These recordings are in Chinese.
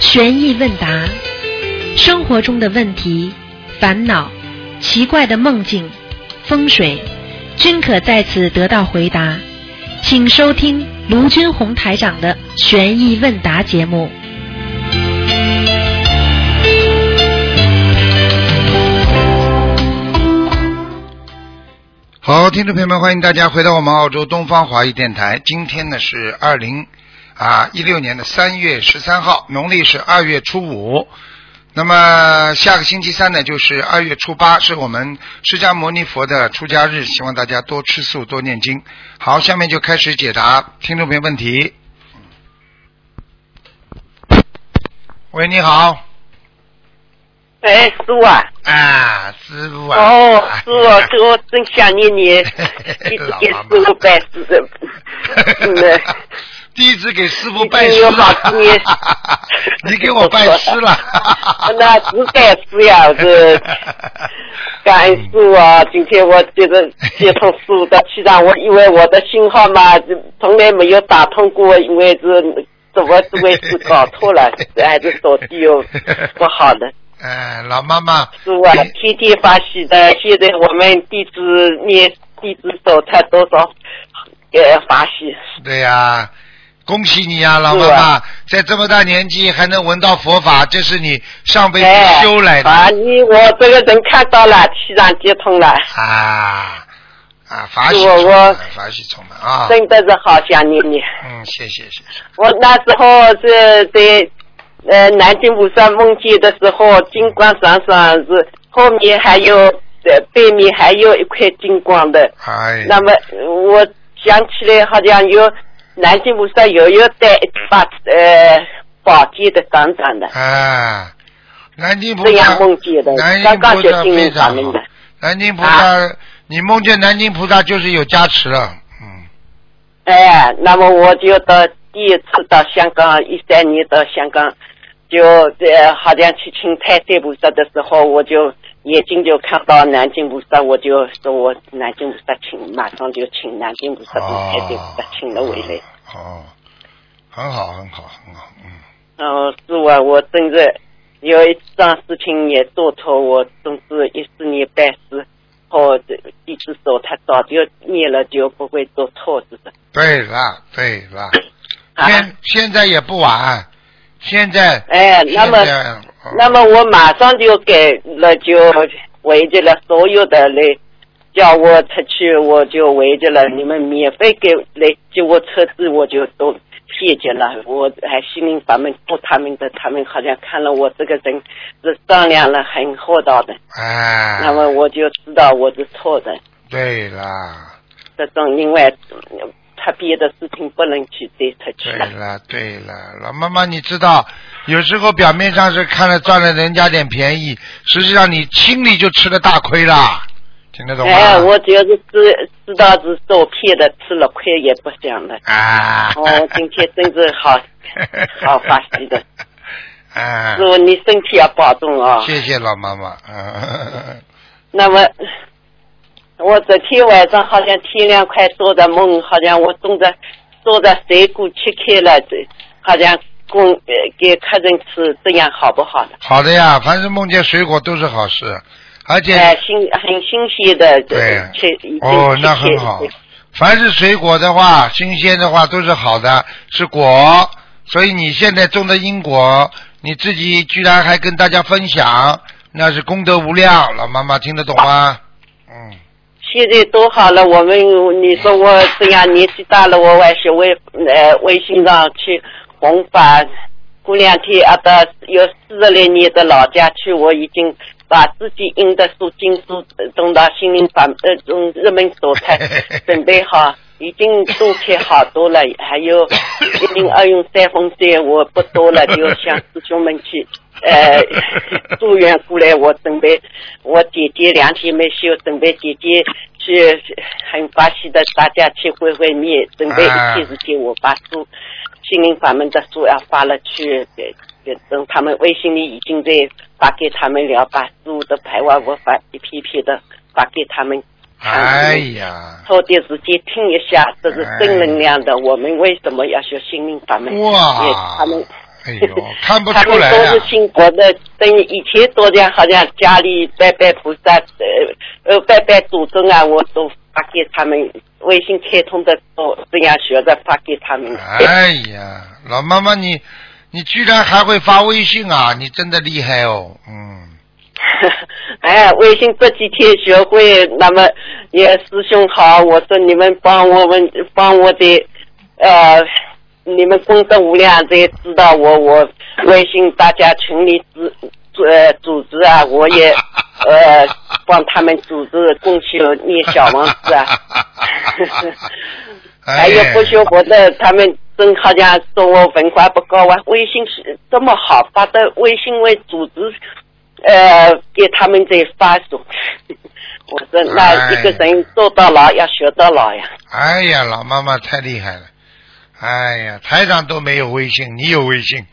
悬疑问答，生活中的问题、烦恼、奇怪的梦境、风水，均可在此得到回答。请收听卢军红台长的悬疑问答节目。 好，听众朋友们，欢迎大家回到我们澳洲东方华语电台。今天呢是2016年的3月13号，农历是2月初5。那么下个星期三呢就是2月初8，是我们释迦牟尼佛的出家日，希望大家多吃素多念经。好，下面就开始解答听众朋友问题。喂，你好。 哎，师傅啊！ 啊，师傅啊！ 哦，师傅，我真想念你，一直给师傅拜师的。 弟子给师傅拜师了，你给我拜师了。 那是拜师呀，是感恩师傅啊！今天我接通师傅的气场，我以为我的信号嘛，从来没有打通过，因为这位是搞错了，还是手机又不好的。 老妈妈是啊，天天发喜的。现在我们弟子手才多少发喜。对呀，恭喜你呀，老妈妈，在这么大年纪还能闻到佛法，这是你上辈子修来的。 我这个人看到了，气场接通了。 法喜充满，法喜充满啊！ 真的是好想念你。 谢谢。 我那时候是在。南京菩萨梦见的时候，金光闪闪，是后面还有背面还有一块金光的。那么我想起来，好像有南京菩萨有带一把宝剑的长长的。 南京菩萨这样梦见的，刚刚学心灵法门的。 南京菩萨，你梦见南京菩萨就是有加持了。 那么我就第一次到香港，13年到香港。就好像去请太岁菩萨的时候，我就眼睛就看到南京菩萨，我就说我南京菩萨请，马上就请南京菩萨跟太岁菩萨请了回来。 很好。 师傅啊，我真的有一桩事情也做错，我总是14年拜师后，弟子手他早就念了，就不会做错事的。 对了。现在也不晚。现在那么我马上就给了，就围着了所有的来叫我出去，我就围着了，你们免费给来接我车子，我就都谢谢了。我还心灵法门托他们的，他们好像看了我这个人是善良了，很厚道的。那么我就知道我是错的。 对啦。 这种因为他别的事情不能去对他去了。 对了，老妈妈，你知道，有时候表面上是看了赚了人家点便宜，实际上你心里就吃了大亏啦，听得懂吗？ 我就是知道是受骗的，吃了亏也不想的。今天真是好发喜的。师傅，你身体要保重啊！ 谢谢老妈妈。 那么。我昨天晚上好像天亮快做的梦，好像我做的水果切开了，好像给客人吃，这样好不好的？ 好的呀，凡是梦见水果都是好事，而且很新鲜的。 对。那很好。凡是水果的话，新鲜的话都是好的，是果。所以你现在种的因果，你自己居然还跟大家分享，那是功德无量。老妈妈听得懂吗？ 现在都好了，你说我这样年纪大了，我还是微信上去弘法。过2天到有40年的老家去，我已经把自己印的书经书送到心灵法日本所才准备好，已经种起好多了，还有102用3风扇，我不多了，就向师兄们去祝愿过来。我准备，我姐姐2天没休，准备姐姐去很发喜的大家去会面，准备1天时间我把书心灵法门的书要发了去，等他们微信里已经在发给他们了，把书的排完我发一批批的发给他们。 哎呀， 抽点时间听一下，这是正能量的。我们为什么要学心灵法门？ 哇， 他们哎呦，看不他们出来呀、 都是信佛的，等于以前都这样，好像家里拜拜菩萨，拜拜祖宗啊，我都发给他们，微信开通的都这样学着发给他们。 哎呀，老妈妈你居然还会发微信啊，你真的厉害哦。 哎，微信这几天学会，那么也师兄好，我说你们帮我的你们功德无量，这知道我微信大家群里组织啊，我也帮他们组织共修念小王子啊。还有不修佛的，他们真好像说我文化不高啊。微信是这么好，发的微信为组织给他们在发送。我说那一个人做到老要学到老呀。 哎呀，老妈妈太厉害了。哎呀，台长都没有微信，你有微信。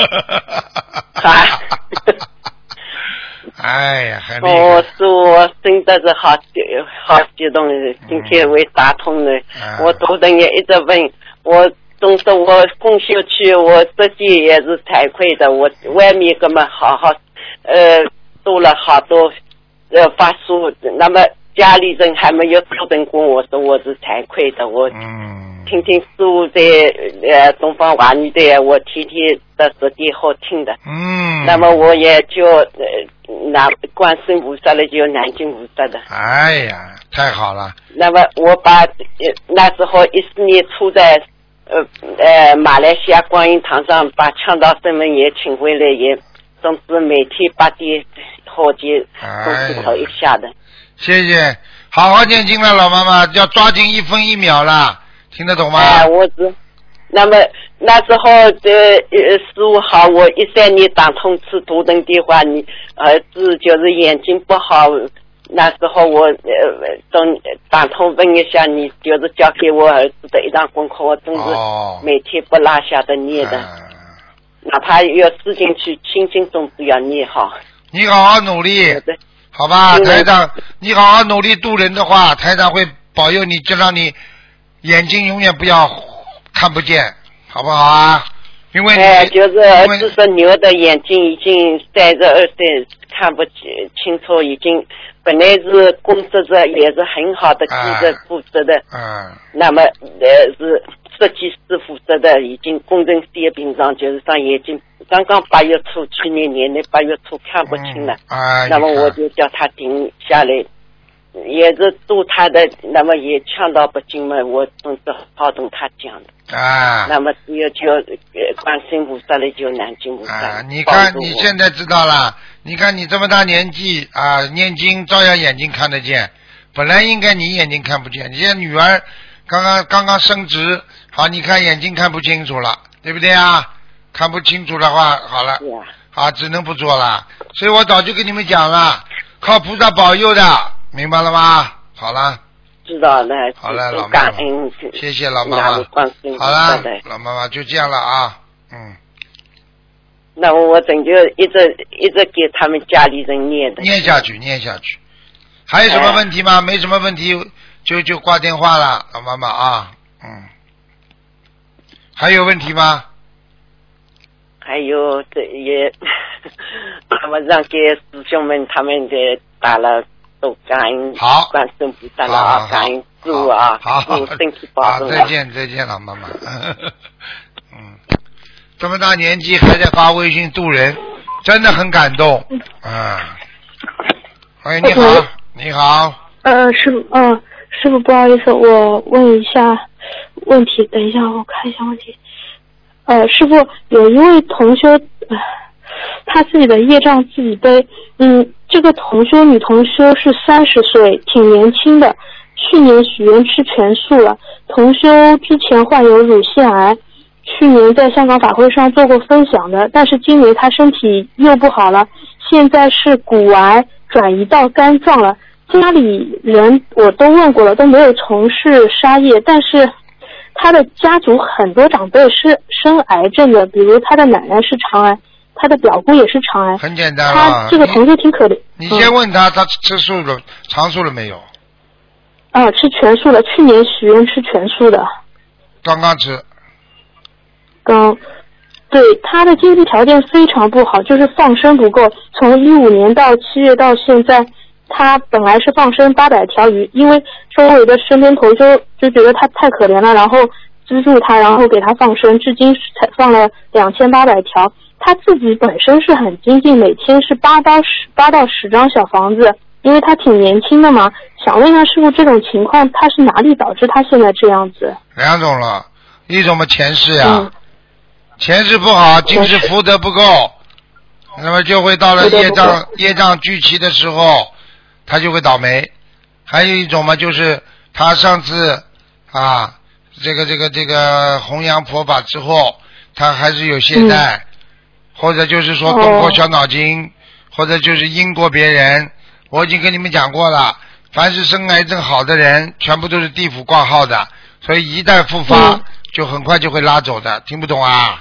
哎呀，很厉害。 我真的是好激动的，今天为打通了，我头等也一直问，我总是我共修去，我自己也是惭愧的，我外面根本好做了好多法术，那么家里人还没有头等过，我说我是惭愧的，我听听师父在东方华语的，我天天的10点后听的。那么我也就拿观世音菩萨了，就南京菩萨的。 哎呀，太好了。 那么我把那时候14年初在马来西亚观音堂上把倡导声闻也请回来，也总之每天8点后就总是头一下的。 谢谢，好好念经了，老妈妈，要抓紧1分1秒了，听得懂吗？ 我知。那么那时候15号，我13年打通吃图腾电话，你儿子就是眼睛不好，那时候我打通问一下你，就是交给我儿子的一张功课，我真是每天不落下的念的，哪怕有事情去，心经总是要念好。 你好好努力，好吧，台长，你好好努力度人的话，台长会保佑你，就让你眼睛永远不要看不见，好不好啊？因为就是儿子说牛的眼睛已经32岁，看不清楚，已经本来是工作着也是很好的，记着负责的，那么是设计师负责的，已经工程师业屏障，就是上眼睛刚刚8月初，去年年的8月初看不清了，那么我就叫他停下来。也是度他的，那么也劝导不进嘛，我总是好懂他讲的。那么只有就观世音菩萨了，就南京菩萨。 你看你现在知道了，你看你这么大年纪念经照样眼睛看得见，本来应该你眼睛看不见，你现在女儿刚刚升职，好，你看眼睛看不清楚了，对不对啊？看不清楚的话，好了，好，只能不做了。所以我早就跟你们讲了，靠菩萨保佑的。明白了吗？好了， 知道了。 好了，老妈妈，谢谢老妈妈。好了，老妈妈就这样了啊。 那我整就一直给他们家里人念的。 念下去。还有什么问题吗？没什么问题，就挂电话了，老妈妈啊。还有问题吗？ 还有这也，他们让给师兄们他们的打了。都感恩观世音菩萨了，感恩师父啊，祝身体保重。 再见了，妈妈。这么大年纪还在发微信度人，真的很感动。喂，你好。 师傅，不好意思，我问一下问题，等一下我看一下问题。师傅，有一位同修，他自己的业障自己背，这个女同修是30岁，挺年轻的，去年许愿吃全素了。同修之前患有乳腺癌，去年在香港法会上做过分享的，但是今年他身体又不好了，现在是骨癌转移到肝脏了。家里人我都问过了，都没有从事杀业，但是他的家族很多长辈是生癌症的，比如他的奶奶是肠癌，他的表姑也是肠癌。 很简单他这个同学挺可怜。 你先问他吃素了，长素了没有？ 吃全素的，去年许愿吃全素的。 刚刚吃。 对，他的经济条件非常不好，就是放生不够。从15年到7月到现在，他本来是放生800条鱼，因为周围的身边同修就觉得他太可怜了，然后资助他，然后给他放生，至今才放了2800条。他自己本身是很精进，每天是8到10张小房子，因为他挺年轻的嘛。想问一下师傅，这种情况他是哪里导致他现在这样子？ 两种了，一种嘛前世呀，前世不好，今世福德不够，那么就会到了业障聚齐的时候，他就会倒霉。还有一种嘛，就是他上次啊，这个弘扬佛法之后，他还是有懈怠，或者就是说动过小脑筋，或者就是因过别人。我已经跟你们讲过了，凡是生癌症好的人，全部都是地府挂号的，所以一旦复发，就很快就会拉走的。听不懂啊？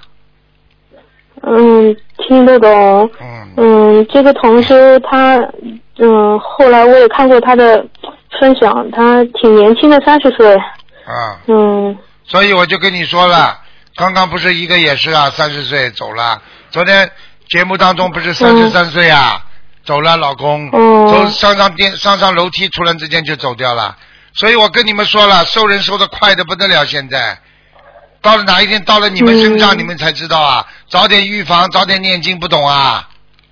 听得懂。这个同修他，后来我也看过他的分享，他挺年轻的，30岁。所以我就跟你说了，刚刚不是一个也是啊，30岁走了。昨天节目当中不是33岁啊，走了，老公，上楼梯，突然之间就走掉了。所以我跟你们说了，收人收得快的不得了，现在到了哪一天到了你们身上，你们才知道啊，早点预防，早点念经，不懂啊？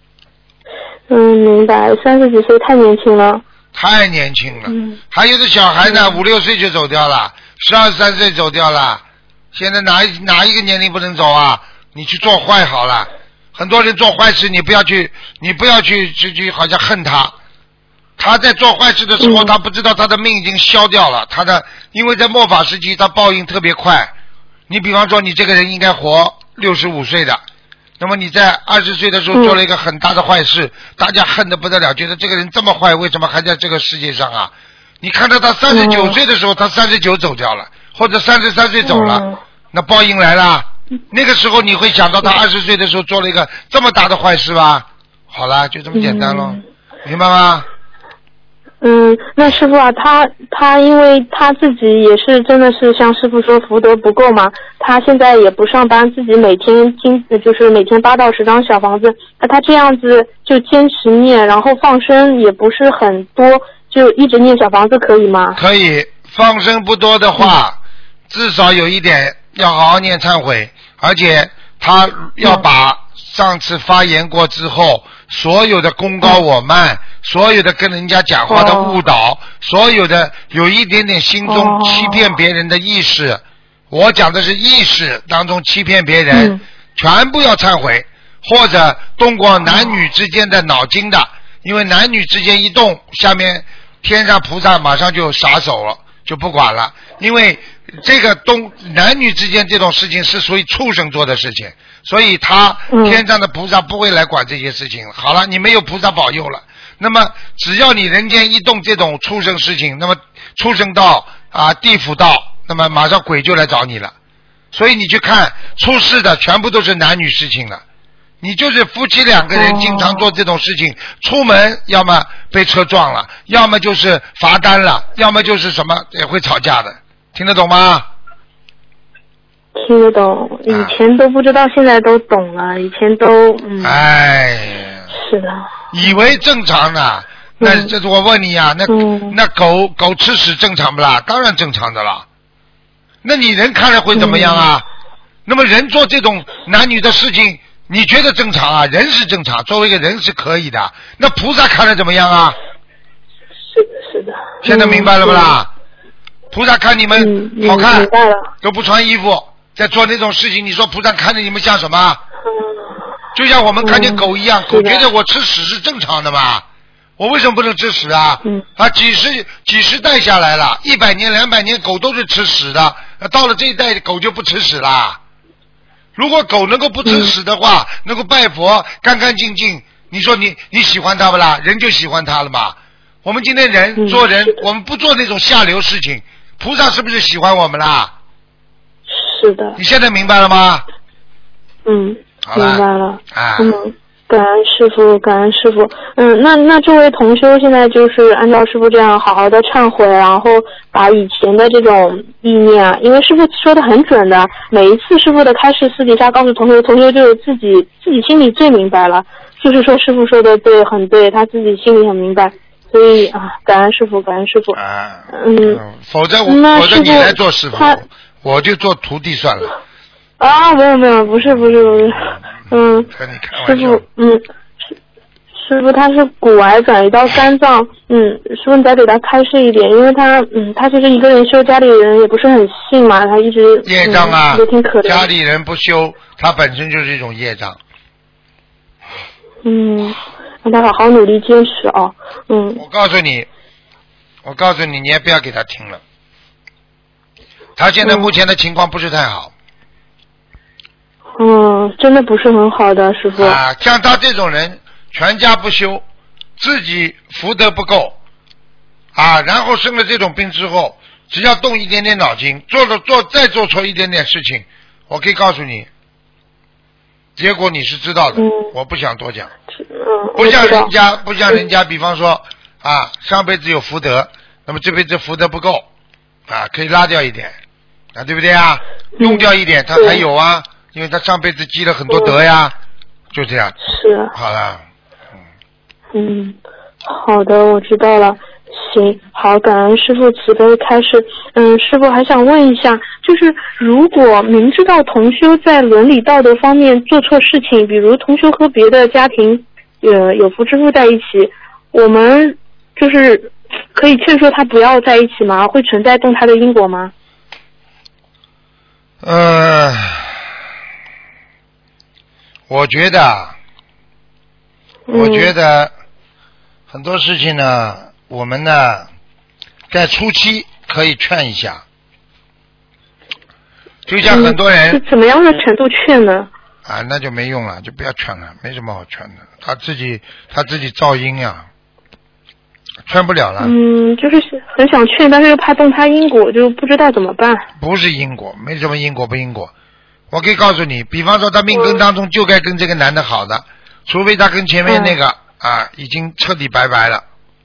明白，30几岁太年轻了。太年轻了。还有的小孩呢，5、6岁就走掉了，12、13岁走掉了。现在哪一个年龄不能走啊？你去做坏好了。很多人做坏事，你不要去好像恨他。他在做坏事的时候，他不知道他的命已经消掉了。因为在末法时期，他报应特别快。你比方说，你这个人应该活65岁的，那么你在20岁的时候做了一个很大的坏事，大家恨得不得了，觉得这个人这么坏，为什么还在这个世界上啊？你看到他39岁的时候，他39走掉了，或者33岁走了，那报应来了。那个时候你会想到他20岁的时候做了一个这么大的坏事吧？好了，就这么简单咯，明白吗？那师傅啊，他因为他自己也是真的是像师傅说福德不够嘛，他现在也不上班，自己每天就是每天8到10张小房子，那他这样子就坚持念，然后放生也不是很多，就一直念小房子可以吗？可以，放生不多的话，至少有一点要好好念忏悔，而且他要把上次发言过之后所有的功高我慢，所有的跟人家讲话的误导，所有的有一点点心中欺骗别人的意识，我讲的是意识当中欺骗别人，全部要忏悔，或者动过男女之间的脑筋的，因为男女之间一动，下面天上菩萨马上就撒手了，就不管了，因为这个男女之间这种事情是属于畜生做的事情，所以天上的菩萨不会来管这些事情。好了，你没有菩萨保佑了，那么只要你人间一动这种畜生事情，那么畜生道地府道，那么马上鬼就来找你了。所以你去看出事的全部都是男女事情了，你就是夫妻2个人经常做这种事情，出门要么被车撞了，要么就是罚单了，要么就是什么也会吵架的，听得懂吗？听得懂，以前都不知道，现在都懂了，以前都是的，以为正常的，那这是我问你呀，那狗吃屎正常不啦？当然正常的了。那你人看了会怎么样啊？那么人做这种男女的事情，你觉得正常啊？人是正常，作为一个人是可以的。那菩萨看了怎么样啊？是的。现在明白了不啦？菩萨看你们好看，都不穿衣服，在做那种事情，你说菩萨看着你们像什么？就像我们看见狗一样，狗觉得我吃屎是正常的嘛？我为什么不能吃屎啊？几十代下来了，100年、200年，狗都是吃屎的。到了这一代，狗就不吃屎啦。如果狗能够不吃屎的话，能够拜佛干干净净，你说你喜欢它不啦？人就喜欢它了嘛。我们今天做人，我们不做那种下流事情，菩萨是不是喜欢我们啦？是的。你现在明白了吗？好了，明白了。 感恩师傅，感恩师傅。那这位同修现在就是按照师傅这样好好的忏悔，然后把以前的这种意念啊，因为师傅说的很准的，每一次师傅的开示私底下告诉同修，同修就自己心里最明白了，就是说师傅说的对，很对，他自己心里很明白。所以啊，感恩师傅，感恩师傅。 否则你来做师傅，我就做徒弟算了。 啊，没有，不是。 跟你开玩笑。 师傅他是骨癌转移到肝脏，师傅你再给他开示一点，因为他就是一个人修，家里人也不是很信嘛，他一直业障啊， 也挺可怜。 家里人不修，他本身就是一种业障。 让他好好努力坚持哦。 我告诉你，你也不要给他听了。他现在目前的情况不是太好。 真的不是很好的，师傅。 像他这种人，全家不修，自己福德不够，然后生了这种病之后，只要动一点点脑筋，再做错一点点事情，我可以告诉你，结果你是知道的。我不想多讲。不像人家，比方说上辈子有福德，那么这辈子福德不够可以拉掉一点对不对用掉一点他才有因为他上辈子积了很多德呀，就这样。 是。 好了。 好的，我知道了。行，好，感恩师父慈悲开示。师父还想问一下，就是如果明知道同修在伦理道德方面做错事情，比如同修和别的家庭有夫之妇在一起，我们就是可以劝说他不要在一起吗？会存在动他的因果吗？ 我觉得很多事情呢，我们呢在初期可以劝一下，就像很多人是怎么样的程度劝呢？ 那就没用了，就不要劝了，没什么好劝的，他自己造因呀，劝不了了。 就是很想劝，但是又怕动他因果，就不知道怎么办。 不是因果，没什么因果不因果。我可以告诉你，比方说他命根当中就该跟这个男的好的，除非他跟前面那个已经彻底拜拜了。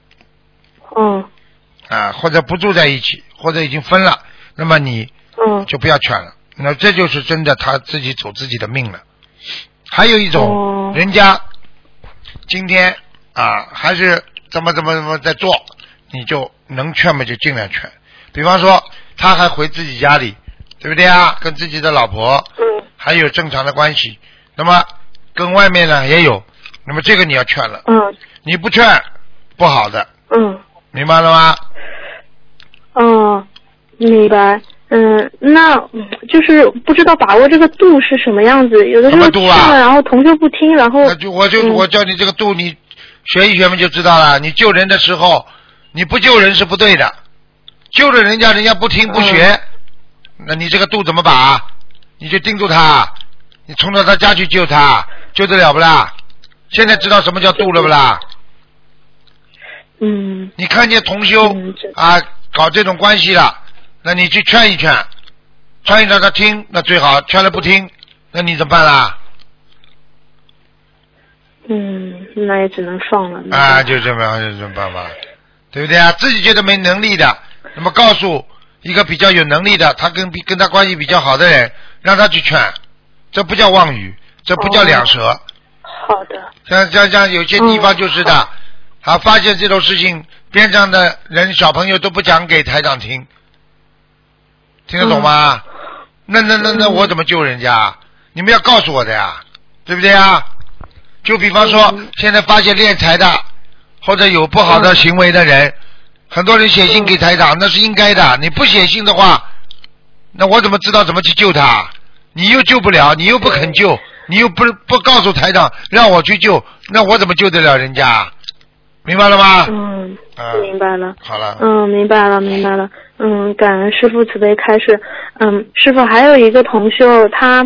或者不住在一起，或者已经分了，那么你就不要劝了。那这就是真的他自己走自己的命了。还有一种人家今天还是怎么在做，你就能劝嘛就尽量劝。比方说他还回自己家里，对不对跟自己的老婆还有正常的关系，那么跟外面呢也有，那么这个你要劝了。你不劝不好的。明白了吗？ 明白。那就是不知道把握这个度是什么样子，有的时候劝了，然后同修不听，然后我教你这个度，你学一学嘛就知道了。你救人的时候，你不救人是不对的，救了人家不听不学，那你这个度怎么把？你就盯住他，你冲到他家去救他，救得了不啦？现在知道什么叫度了不啦？你看见同修搞这种关系了，那你去劝一劝他听，那最好；劝了不听，那你怎么办啦？ 那也只能放了。 就这么办法，对不对自己觉得没能力的，那么告诉一个比较有能力的，他跟他关系比较好的人，让他去劝，这不叫妄语，这不叫两舌。 好的。 像有些地方就是的。发现这种事情，边上的人小朋友都不讲给台长听，听得懂吗？那我怎么救人家？你们要告诉我的呀，对不对就比方说现在发现敛财的或者有不好的行为的人，很多人写信给台长，那是应该的。你不写信的话，那我怎么知道怎么去救他？你又救不了，你又不肯救，你又不告诉台长让我去救，那我怎么救得了人家？明白了吗？ 明白了。 好了。 明白了。感恩师父慈悲开示。师父还有一个同修，他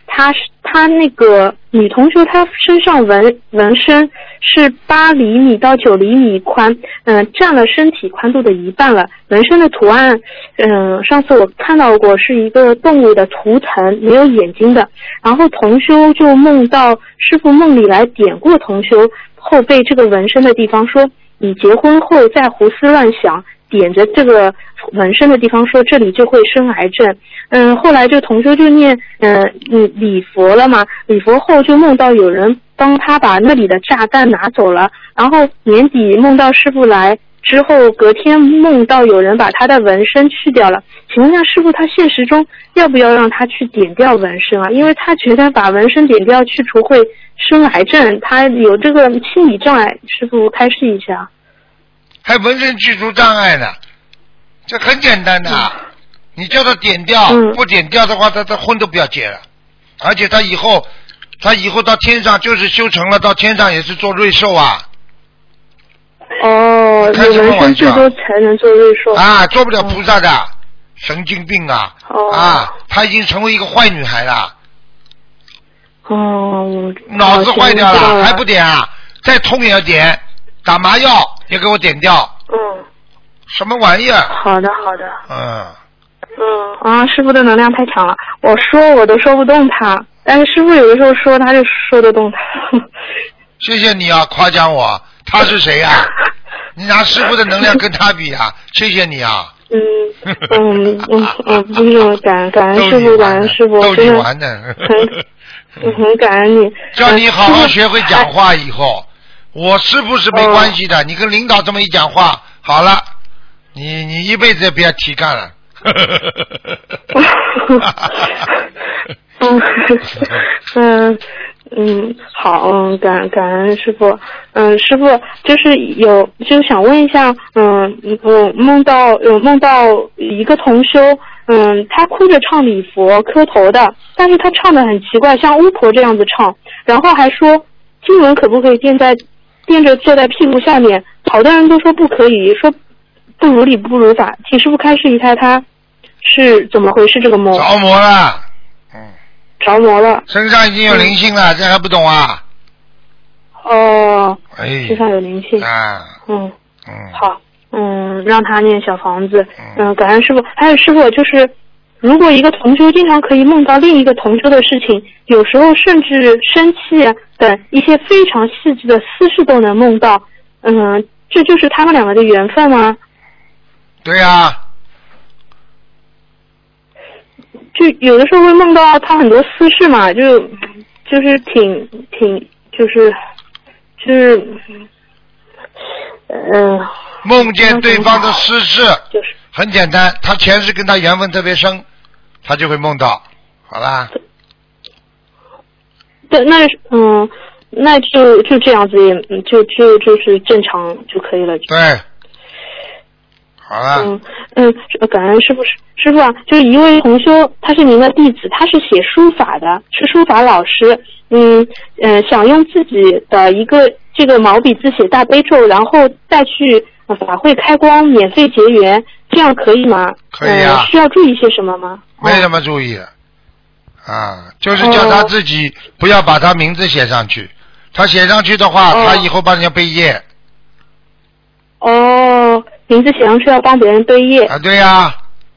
她那个女同学，她身上纹身是8厘米到9厘米宽，占了身体宽度的一半了。纹身的图案，上次我看到过是一个动物的图腾，没有眼睛的。然后同修就梦到师父梦里来点过同修后背这个纹身的地方，说你结婚后再胡思乱想，点着这个纹身的地方说这里就会生癌症。后来就同修就念礼佛了嘛，礼佛后就梦到有人帮他把那里的炸弹拿走了，然后年底梦到师父来之后，隔天梦到有人把他的纹身去掉了。请问一下师父，他现实中要不要让他去点掉纹身啊？因为他觉得把纹身点掉去除会生癌症，他有这个心理障碍，师父开示一下。 还纹身去除障碍呢？这很简单的，你叫他点掉，不点掉的话，他婚都不要结了。而且他以后到天上就是修成了，到天上也是做瑞兽啊。 哦，有纹身最多才能做瑞兽啊，做不了菩萨的，神经病啊！啊，她已经成为一个坏女孩了。 哦， 脑子坏掉了，还不点啊？再痛也要点，打麻药也给我点掉。什么玩意儿？ 好的。师父的能量太强了，我都说不动他，但是师父有的时候说他就说得动他。 谢谢你啊，夸奖我。他是谁啊？你拿师父的能量跟他比啊？谢谢你啊。 不用感恩师父，感恩师父， 逗你玩的。 很感恩你。 叫你好好学会讲话以后，我是不是没关系的？你跟领导这么一讲话，好了，你一辈子也不要提干了。 好，感恩师父。师父就是想问一下，我梦到一个同修，他哭着唱礼佛磕头的，但是他唱的很奇怪，像巫婆这样子唱，然后还说经文可不可以垫着坐在屁股下面，好多人都说不可以，说不如理不如法，请师父开示一下他是怎么回事这个梦。 着魔了。 着魔了， 身上已经有灵性了，这还不懂啊？身上有灵性啊。 好，让他念小房子。感恩师父。还有师父，就是如果一个同修经常可以梦到另一个同修的事情，有时候甚至生气等一些非常细致的私事都能梦到，这就是他们两个的缘分吗？ 对呀。 就有的时候会梦到他很多私事嘛，就是挺就是梦见对方的私事，就是很简单，他前世跟他缘分特别深，他就会梦到，好啦。 对，那就这样子，就是正常就可以了。 对。好了。 感恩师父。师父啊，就是一位同修，他是您的弟子，他是写书法的，是书法老师。想用自己的一个这个毛笔字写大悲咒，然后再去法会开光，免费结缘，这样可以吗？ 可以啊。 需要注意些什么吗？ 没什么注意就是叫他自己不要把他名字写上去，他写上去的话，他以后帮人家背业。 名字写上去要帮别人背业啊？对呀。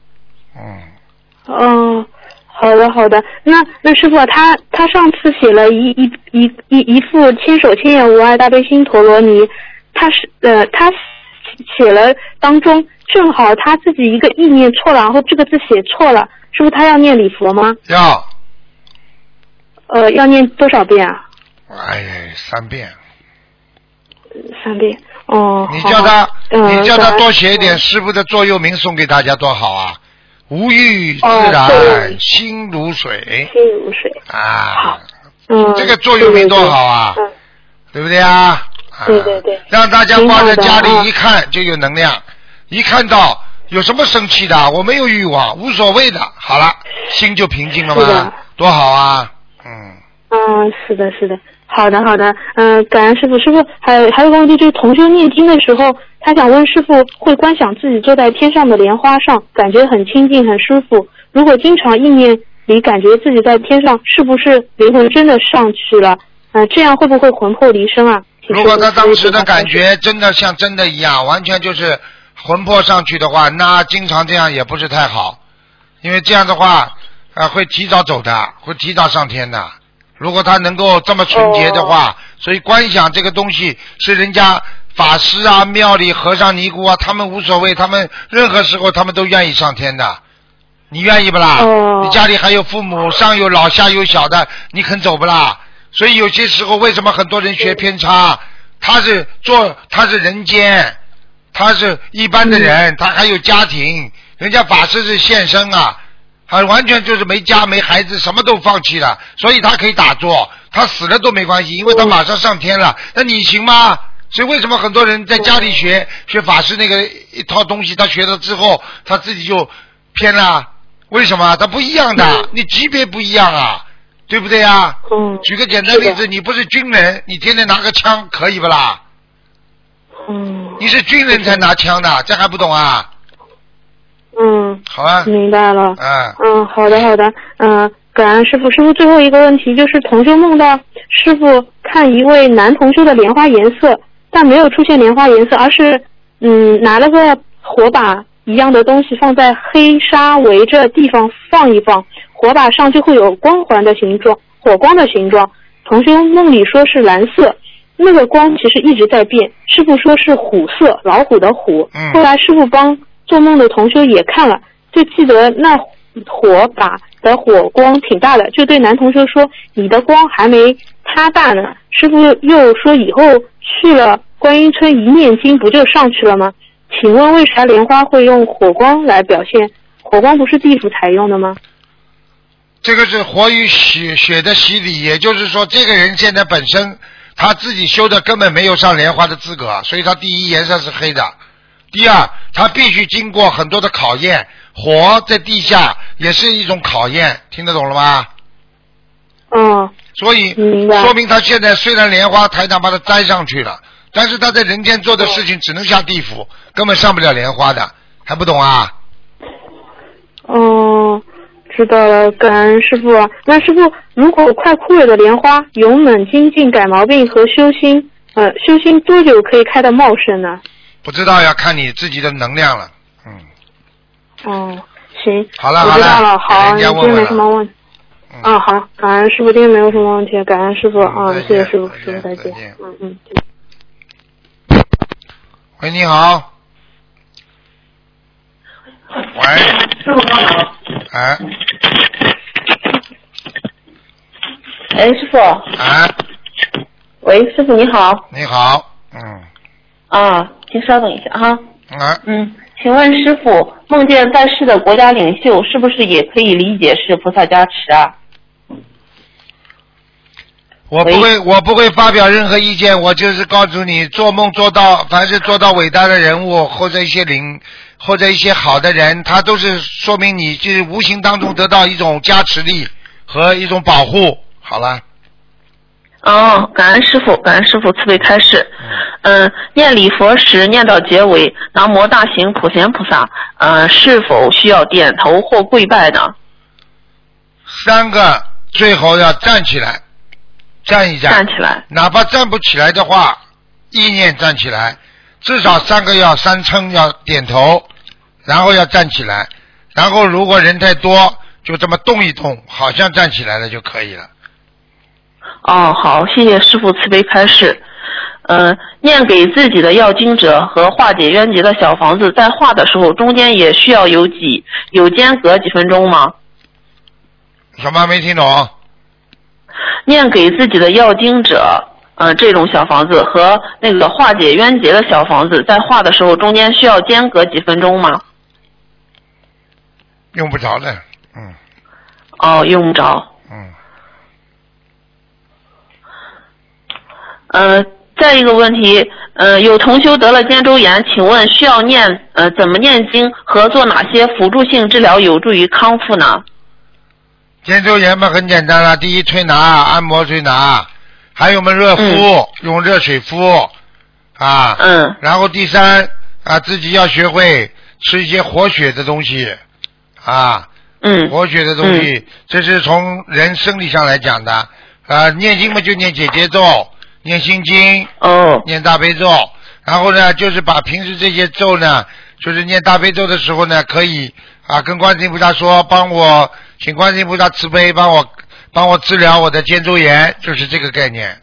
好的。那师父啊，他上次写了一幅千手千眼无碍大悲心陀罗尼，他写了当中正好他自己一个意念错了，然后这个字写错了，师父他要念礼佛吗？要念多少遍啊 ？3遍。 3遍。 你叫他多写一点师父的座右铭送给大家多好啊！无欲自然，心如水。好。这个座右铭多好啊！对不对啊？ 对。 让大家放在家里一看就有能量，一看到有什么生气的，我没有欲望，无所谓的，好了，心就平静了吗？多好啊！ 是的。好的，感恩师父。师父还有个问题，就是同修念经的时候，他想问师父，会观想自己坐在天上的莲花上，感觉很清净很舒服。如果经常意念己感觉自己在天上，是不是灵魂真的上去了？这样会不会魂魄离身啊？ 如果他当时的感觉真的像真的一样，完全就是魂魄上去的话，那经常这样也不是太好，因为这样的话会提早走的，会提早上天的。如果他能够这么纯洁的话，所以观想这个东西是人家法师啊、庙里和尚尼姑啊，他们无所谓，他们任何时候他们都愿意上天的。你愿意不啦？你家里还有父母，上有老下有小的，你肯走不啦？所以有些时候为什么很多人学偏差？他是人间，他是一般的人，他还有家庭，人家法师是现身啊，他完全就是没家没孩子，什么都放弃了，所以他可以打坐，他死了都没关系，因为他马上上天了。那你行吗？所以为什么很多人在家里学法师那个一套东西，他学了之后他自己就偏了？为什么？他不一样的，你级别不一样啊，对不对啊？举个简单例子，你不是军人，你天天拿个枪可以不啦？你是军人才拿枪的，这还不懂啊？好啊， 明白了。好的。感恩师父。师父，最后一个问题就是同修梦到师父看一位男同修的莲花颜色，但没有出现莲花颜色，而是拿了个火把一样的东西放在黑沙围着地方放一放，火把上就会有光环的形状，火光的形状。同修梦里说是蓝色，那个光其实一直在变。师父说是虎色，老虎的虎。后来师父帮做梦的同修也看了，就记得那火把的火光挺大的，就对男同修说你的光还没他大呢。师父又说以后去了观音村一念经不就上去了吗？请问为啥莲花会用火光来表现？火光不是地府采用的吗？ 这个是活于血的洗礼，也就是说这个人现在本身他自己修的根本没有上莲花的资格，所以他第一颜色是黑的，第二他必须经过很多的考验，火在地下也是一种考验，听得懂了吗？所以说明他现在虽然莲花台长把他摘上去了，但是他在人间做的事情只能下地府，根本上不了莲花的，还不懂啊？ 知道了，感恩师父。那师父，如果快枯萎的莲花，勇猛精进改毛病和修心多久可以开得茂盛呢？ 不知道，要看你自己的能量了。 行， 好了， 我知道了。好， 今天没什么问题。好，感恩师父，今天没有什么问题，感恩师父。谢谢师父，师父再见。 喂，你好。喂， 师傅好。师傅。喂，师傅你好。 你好。 请稍等一下哈。 请问师傅，梦见在世的国家领袖是不是也可以理解是菩萨加持啊？ 我不会发表任何意见，我就是告诉你，做梦做到，凡是做到伟大的人物或者一些灵或者一些好的人，他都是说明你就是无形当中得到一种加持力和一种保护。好了。 感恩师傅慈悲开示。念礼佛时念到结尾，南无大行普贤菩萨，是否需要点头或跪拜呢 ？3个最后要站起来，站一站， 站起来， 哪怕站不起来的话，意念站起来，至少3个要3称，要点头，然后要站起来，然后如果人太多，就这么动一动，好像站起来了就可以了。 好，谢谢师父慈悲开示。念给自己的要经者和化解冤结的小房子，在画的时候中间也需要有间隔几分钟吗？ 什么没听懂？ 念给自己的要经者，这种小房子和那个化解冤结的小房子，在画的时候中间需要间隔几分钟吗？ 用不着的。 用不着。再一个问题，有同修得了肩周炎，请问需要怎么念经和做哪些辅助性治疗有助于康复呢？ 肩周炎嘛很简单了，第一推拿，按摩推拿，还有我们热敷，用热水敷然后第三自己要学会吃一些活血的东西活血的东西，这是从人生理上来讲的。念经嘛就念姐姐咒，念心经，念大悲咒，然后呢就是把平时这些咒呢，就是念大悲咒的时候呢，可以跟观世音菩萨说，请观世音菩萨慈悲，帮我治疗我的肩周炎，就是这个概念。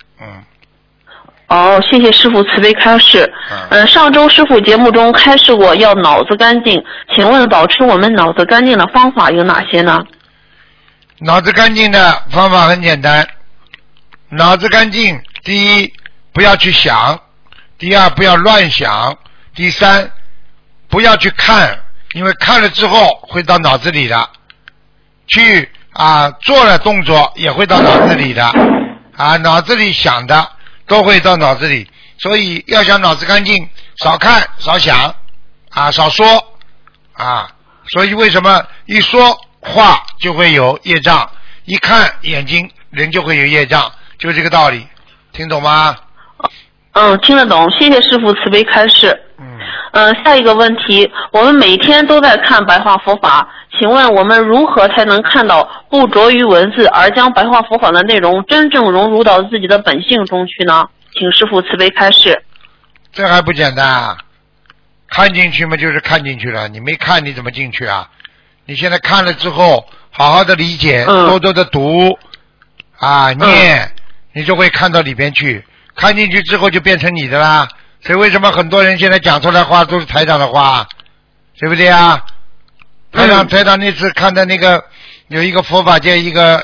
谢谢师父慈悲开示。上周师父节目中开示过要脑子干净，请问保持我们脑子干净的方法有哪些呢？ 脑子干净的方法很简单，脑子干净，第一不要去想，第二不要乱想，第三不要去看，因为看了之后会到脑子里的，去做了动作也会到脑子里的，脑子里想的都会到脑子里，所以要想脑子干净，少看少想少说所以为什么一说话就会有业障，一看眼睛人就会有业障，就这个道理，听懂吗？ 听得懂，谢谢师父慈悲开示。下一个问题，我们每天都在看白话佛法，请问我们如何才能看到不着于文字而将白话佛法的内容真正融入到自己的本性中去呢？请师父慈悲开示。 这还不简单看进去嘛就是看进去了，你没看你怎么进去啊？你现在看了之后好好的理解，多多的读念，你就会看到里边去，看进去之后就变成你的啦。所以为什么很多人现在讲出来话都是台长的话，对不对啊？台长那次看的那个有一个佛法界一个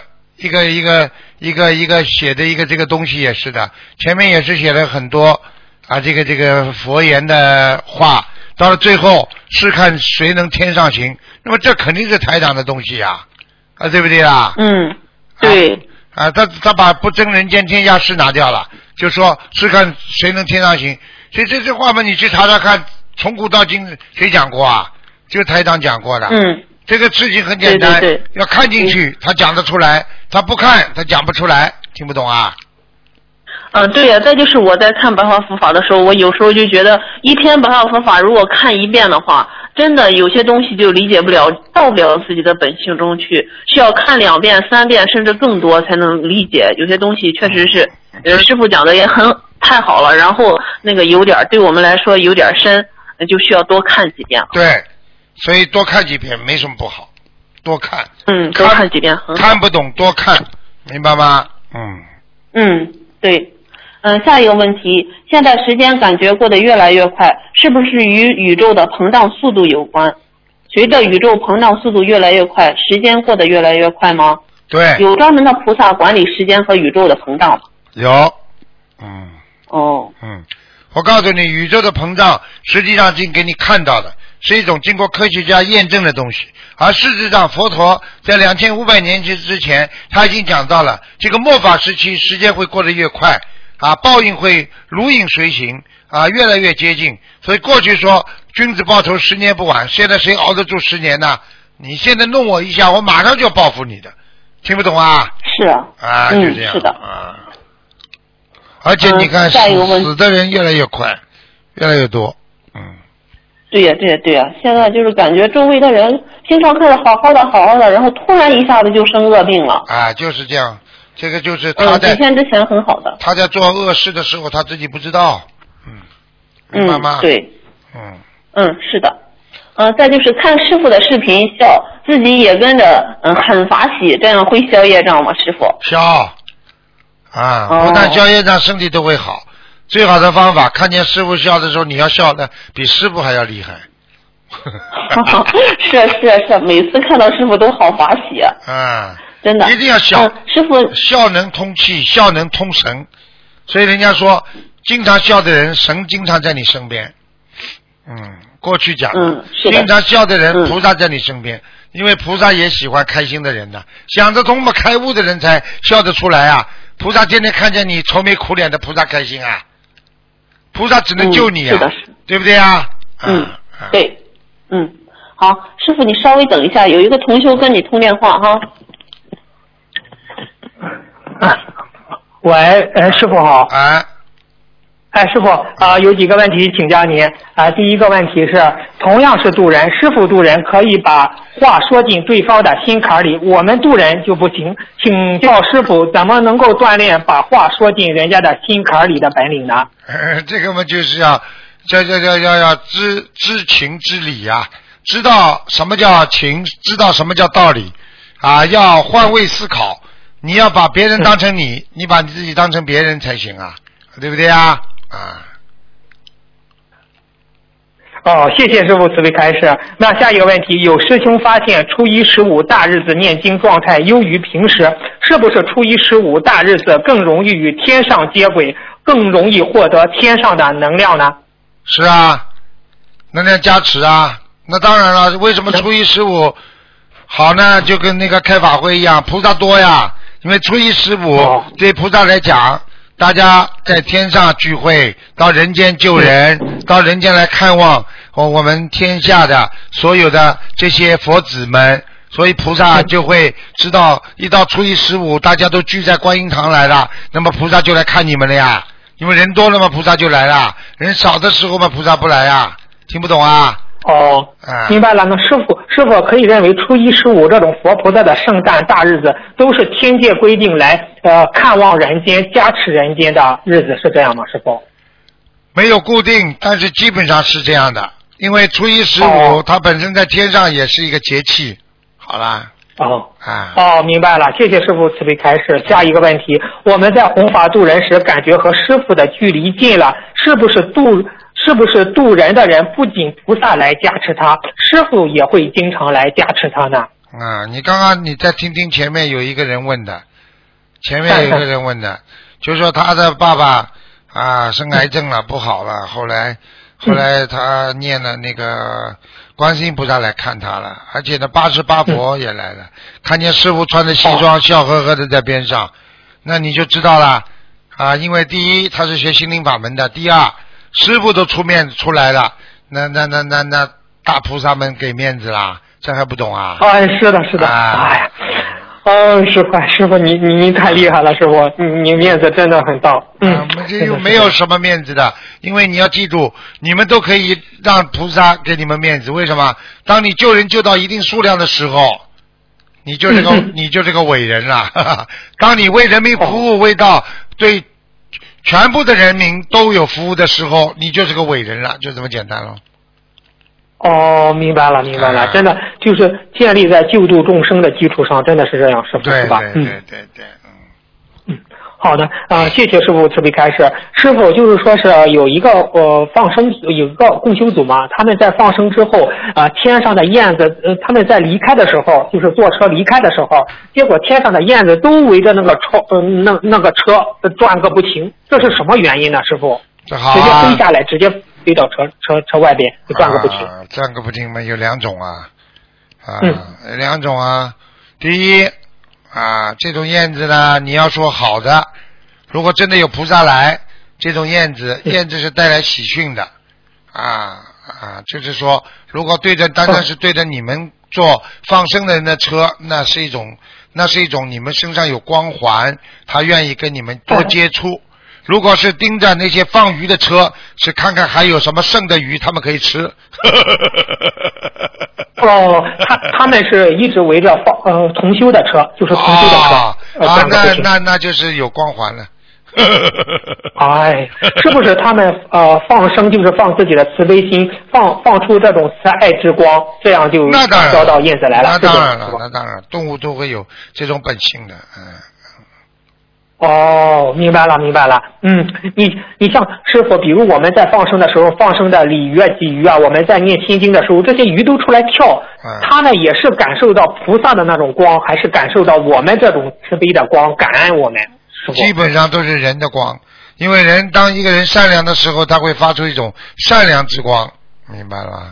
写的一个这个东西也是的，前面也是写了很多这个佛言的话，到了最后是看谁能天上行，那么这肯定是台长的东西对不对啦？ 对他把不争人间天下事拿掉了，就说是看谁能天上行。所以这话嘛，你去查查看，从古到今谁讲过就台长讲过的。这个事情很简单， 对， 要看进去，他讲得出来，他不看他讲不出来，听不懂对呀，再就是我在看白话佛法的时候，我有时候就觉得一篇白话佛法如果看一遍的话，真的有些东西就理解不了，到不了自己的本性中去，需要看2遍3遍甚至更多才能理解。有些东西确实是师父讲的也太好了，然后那个有点对我们来说有点深，就需要多看几遍。 对，所以多看几遍没什么不好，多看。 多看几遍很好。 看不懂多看，明白吗？ 对。下一个问题，现在时间感觉过得越来越快，是不是与宇宙的膨胀速度有关？随着宇宙膨胀速度越来越快，时间过得越来越快吗？ 对。 有专门的菩萨管理时间和宇宙的膨胀吗？ 有。我告诉你，宇宙的膨胀实际上已经给你看到的，是一种经过科学家验证的东西。而事实上，佛陀在2500年之前，他已经讲到了这个末法时期，时间会过得越快报应会如影随形越来越接近。所以过去说君子报仇10年不晚，现在谁熬得住10年呢？你现在弄我一下，我马上就要报复你的，听不懂是就这样是的而且你看死的人越来越快，越来越多。 对呀，现在就是感觉周围的人经常看着好好的，然后突然一下子就生恶病了。 就是这样，这个就是他在几天之前很好的， 他在做恶事的时候他自己不知道。明白吗？ 对。是的。再就是看师父的视频笑，自己也跟着很法喜，这样会消业障吗？师父？ 消不但消业障，身体都会好。最好的方法，看见师父笑的时候，你要笑的比师父还要厉害。 是，每次看到师父都好法喜真的。 一定要笑。 师父笑能通气，笑能通神，所以人家说，经常笑的人，神经常在你身边。过去讲经常笑的人，菩萨在你身边，因为菩萨也喜欢开心的人的，想得通嘛，开悟的人才笑得出来菩萨天天看见你愁眉苦脸的，菩萨开心菩萨只能救你对不对对。好，师父你稍微等一下，有一个同修跟你通电话喂，师父好。师父有几个问题请教您第一个问题是， 同样是渡人，师傅渡人可以把话说进对方的心坎里，我们渡人就不行。请教师傅，怎么能够锻炼把话说进人家的心坎里的本领呢？ 这个嘛，就是要知情知理呀，知道什么叫情，知道什么叫道理啊，要换位思考。你要把别人当成你，你把你自己当成别人才行啊，对不对啊？ 谢谢师傅慈悲开示。那下一个问题，有师兄发现初一十五大日子念经状态优于平时，是不是初一十五大日子更容易与天上接轨，更容易获得天上的能量呢？ 是啊，能量加持啊。那当然了，为什么初一十五好呢？就跟那个开法会一样，菩萨多呀。因为初一十五对菩萨来讲，大家在天上聚会，到人间救人，到人间来看望我们天下的所有的这些佛子们，所以菩萨就会知道，一到初一十五大家都聚在观音堂来了，那么菩萨就来看你们了呀。因为人多了嘛，菩萨就来了，人少的时候嘛，菩萨不来呀。听不懂啊？ 明白了。那师傅可以认为初一十五这种佛菩萨的圣诞大日子都是天界规定来看望人间加持人间的日子，是这样吗？师傅没有固定，但是基本上是这样的。因为初一十五它本身在天上也是一个节气。好啦。 明白了，谢谢师父慈悲开示。下一个问题，我们在弘法度人时，感觉和师父的距离近了，是不是度人的人不仅菩萨来加持他，师父也会经常来加持他呢？ 你刚刚你再听听前面有一个人问的，就是说他的爸爸生癌症了，不好了，后来他念了那个观世音菩萨来看他了，而且呢88佛也来了，看见师父穿着西装笑呵呵的在边上，那你就知道了因为第一他是学心灵法门的，第二师父都出来了，那大菩萨们给面子啦，这还不懂啊？ 是的，师父你太厉害了，师父你面子真的很大。 没有什么面子的，因为你要记住，你们都可以让菩萨给你们面子。为什么？当你救人救到一定数量的时候，你就这个伟人了。当你为人民服务，为到对全部的人民都有服务的时候，你就是个伟人了，就这么简单了。 明白了，真的就是建立在救度众生的基础上，真的是这样，师父是吧？ 对。 好的谢谢师父慈悲开示。师父就是说是有一个放生有一个共修组嘛，他们在放生之后天上的燕子他们在离开的时候，就是坐车离开的时候，结果天上的燕子都围着那个车转个不停，这是什么原因呢？师父直接飞下来，直接飞到车外边就转个不停。 转个不停嘛，有两种两种第一这种燕子呢，你要说好的，如果真的有菩萨来，这种燕子是带来喜讯的就是说如果单单是对着你们做放生的人的车，那是一种你们身上有光环，他愿意跟你们多接触。如果是盯着那些放鱼的车，是看看还有什么剩的鱼他们可以吃。 他们是一直围着同修的车，就是同修的车。 那就是有光环了。 是不是他们放生就是放自己的慈悲心，放出这种慈爱之光，这样就招到燕子来了？ 那当然了，动物都会有这种本性的。 明白了。你像师父，比如我们在放生的时候，放生的鲤鱼鲫鱼我们在念心经的时候，这些鱼都出来跳，它呢也是感受到菩萨的那种光，还是感受到我们这种慈悲的光，感恩我们？ 基本上都是人的光，因为当一个人善良的时候，他会发出一种善良之光，明白了吗？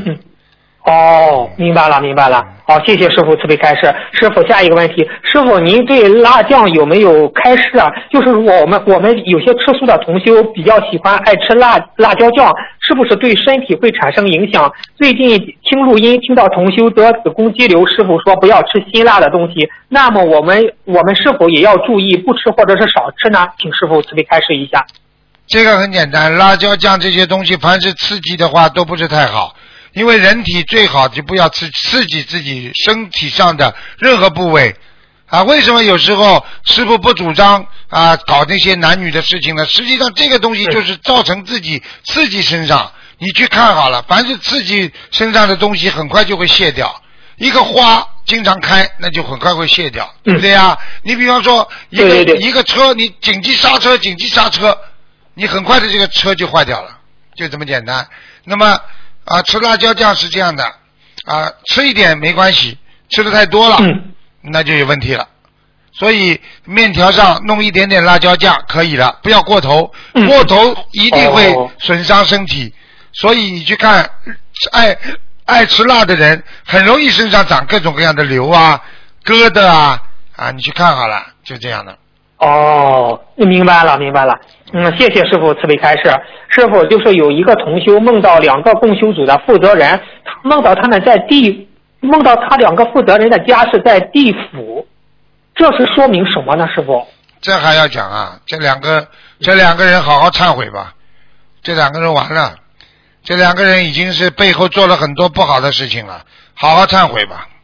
明白了。好，谢谢师父慈悲开示。师父，下一个问题，师父您对辣酱有没有开示就是我们有些吃素的同修比较喜欢爱吃辣椒酱，是不是对身体会产生影响？最近听录音听到同修得子宫肌瘤，师父说不要吃辛辣的东西，那么我们是否也要注意不吃或者是少吃呢？请师父慈悲开示一下。 这个很简单，辣椒酱这些东西凡是刺激的话都不是太好， 因为人体最好就不要刺激自己身体上的任何部位啊。为什么有时候师父不主张啊搞那些男女的事情呢？实际上这个东西就是造成自己刺激身上。你去看好了，凡是刺激身上的东西很快就会卸掉。一个花经常开，那就很快会卸掉，对不对呀？你比方说一个车，你紧急刹车，你很快的这个车就坏掉了，就这么简单。那么啊，吃辣椒酱是这样的啊，吃一点没关系，吃的太多了，那就有问题了。所以面条上弄一点点辣椒酱可以了，不要过头，过头一定会损伤身体。所以你去看爱吃辣的人很容易身上长各种各样的瘤啊、疙瘩啊，你去看好了，就这样的。 哦，明白了。谢谢师傅慈悲开示。师傅就是有一个同修梦到2个共修组的负责人，梦到他2个负责人的家是在地府，这是说明什么呢？师傅？ 这还要讲啊？这两个人好好忏悔吧，这2个人完了。这2个人已经是背后做了很多不好的事情了，好好忏悔吧。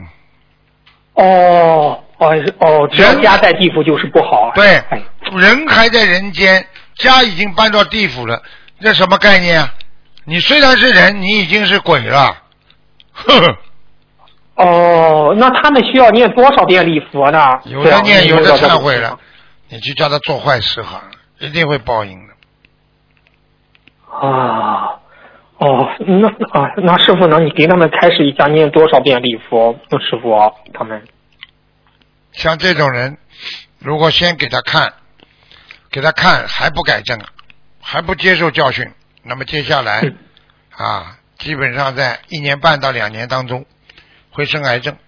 只要家在地府就是不好。 对，人还在人间，家已经搬到地府了，这什么概念啊？你虽然是人，你已经是鬼了。 那他们需要念多少遍礼佛呢？ 有的念，有的忏悔了。你去叫他做坏事好了，一定会报应的。 那师傅呢？你给他们开始一下念多少遍礼佛？师傅他们像这种人，如果先给他看还不改正，还不接受教训，那么接下来基本上在1年半到2年当中会生癌症。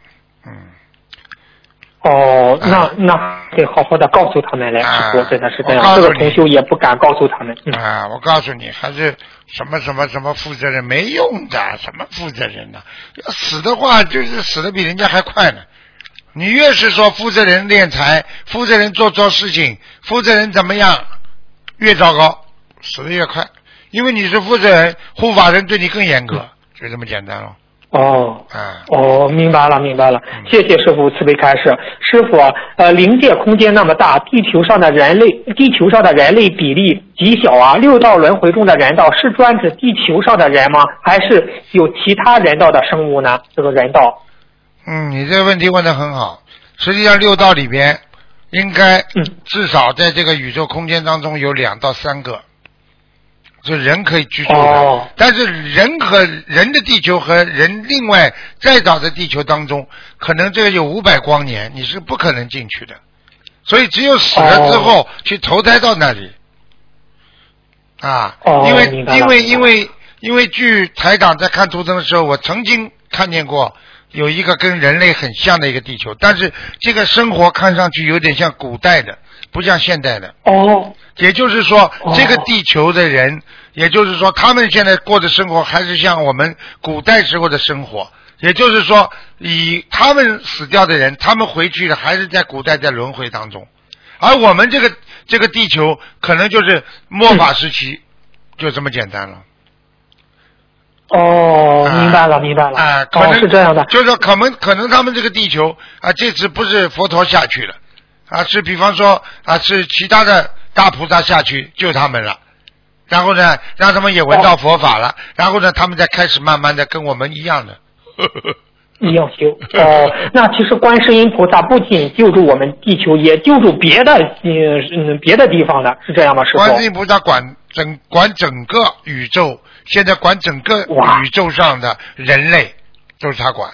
那得好好的告诉他们来，师傅真的是这样，这个同修也不敢告诉他们。 我告诉你，还是什么负责人没用的，什么负责人呢？要死的话，就是死的比人家还快呢。你越是说负责人敛财，负责人做错事情，负责人怎么样，越糟糕，死的越快。因为你是负责人，护法人对你更严格，就这么简单了。 明白了，谢谢师傅慈悲开示。师傅，灵界空间那么大，地球上的人类比例极小啊。6道轮回中的人道是专指地球上的人吗？还是有其他人道的生物呢？这个人道。 你这个问题问得很好。实际上6道里边，应该至少在这个宇宙空间当中有2到3个。是人可以居住的，但是人的地球和人另外再早的地球当中，可能这个有500光年，你是不可能进去的，所以只有死了之后去投胎到那里。因为据台长在看图腾的时候，我曾经看见过有一个跟人类很像的一个地球，但是这个生活看上去有点像古代的，不像现代的。也就是说这个地球的人，也就是说他们现在过的生活还是像我们古代时候的生活，也就是说以他们死掉的人，他们回去的还是在古代在轮回当中，而我们这个地球可能就是末法时期，就这么简单了。 明白了。 可能是这样的， 就是说可能他们这个地球这次不是佛陀下去了是比方说是其他的大菩萨下去救他们了，然后呢让他们也闻到佛法了，然后呢他们再开始慢慢的跟我们一样的一样修。那其实观世音菩萨不仅救助我们地球，也救助别的地方的，是这样吗？师父？ 观世音菩萨管整个宇宙，现在管整个宇宙上的人类都是他管。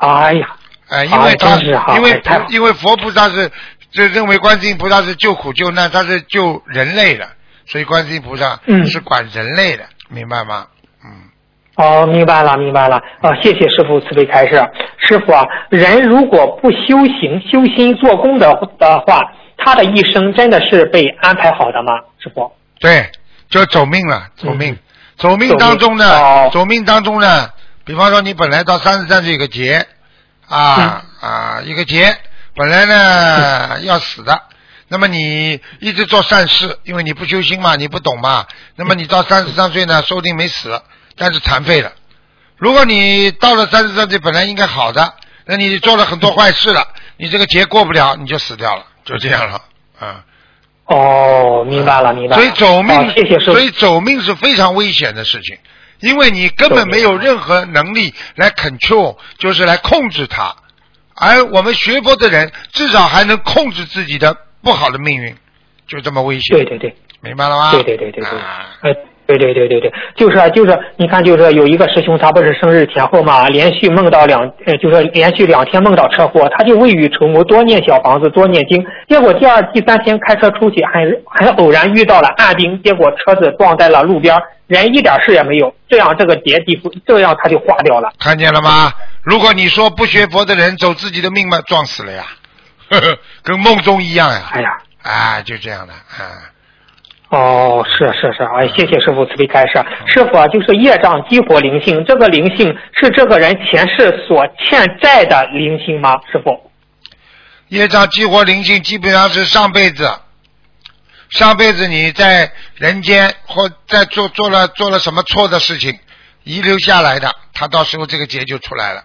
因为佛菩萨就认为观世音菩萨是救苦救难，他是救人类的，所以观世音菩萨是管人类的，明白吗？ 明白了。谢谢师父慈悲开示。师父人如果不修心做功的话，他的一生真的是被安排好的吗？师父？ 对，就走命了，走命当中呢，比方说你本来到33岁有个劫一个劫，本来呢要死的，那么你一直做善事，因为你不修心嘛，你不懂嘛，那么你到33岁呢，说不定没死，但是残废了。 如果你到了33岁本来应该好的，那你做了很多坏事了，你这个劫过不了，你就死掉了，就这样了啊。 哦，明白了，明白了。 所以走命， 谢谢师傅。 所以走命是非常危险的事情，因为你根本没有任何能力来 control， 就是来控制它。而我们学佛的人至少还能控制自己的不好的命运，就这么危险。 对对对， 明白了吗？ 对，对，就是你看，就是有一个师兄，他不是生日前后嘛，连续2天梦到车祸，他就未雨绸缪，多念小房子，多念经，结果第二、第三天开车出去，还偶然遇到了暗兵，结果车子撞在了路边，人一点事也没有，这样这个劫地府，这样他就化掉了。 看见了吗？如果你说不学佛的人走自己的命嘛，撞死了呀，跟梦中一样呀。 哎呀， 就这样的啊。 哦，是，哎，谢谢师傅慈悲开示。师傅啊，就是业障激活灵性，这个灵性是这个人前世所欠债的灵性吗？师傅？ 业障激活灵性基本上是上辈子你在人间或在做了什么错的事情遗留下来的，他到时候这个劫就出来了。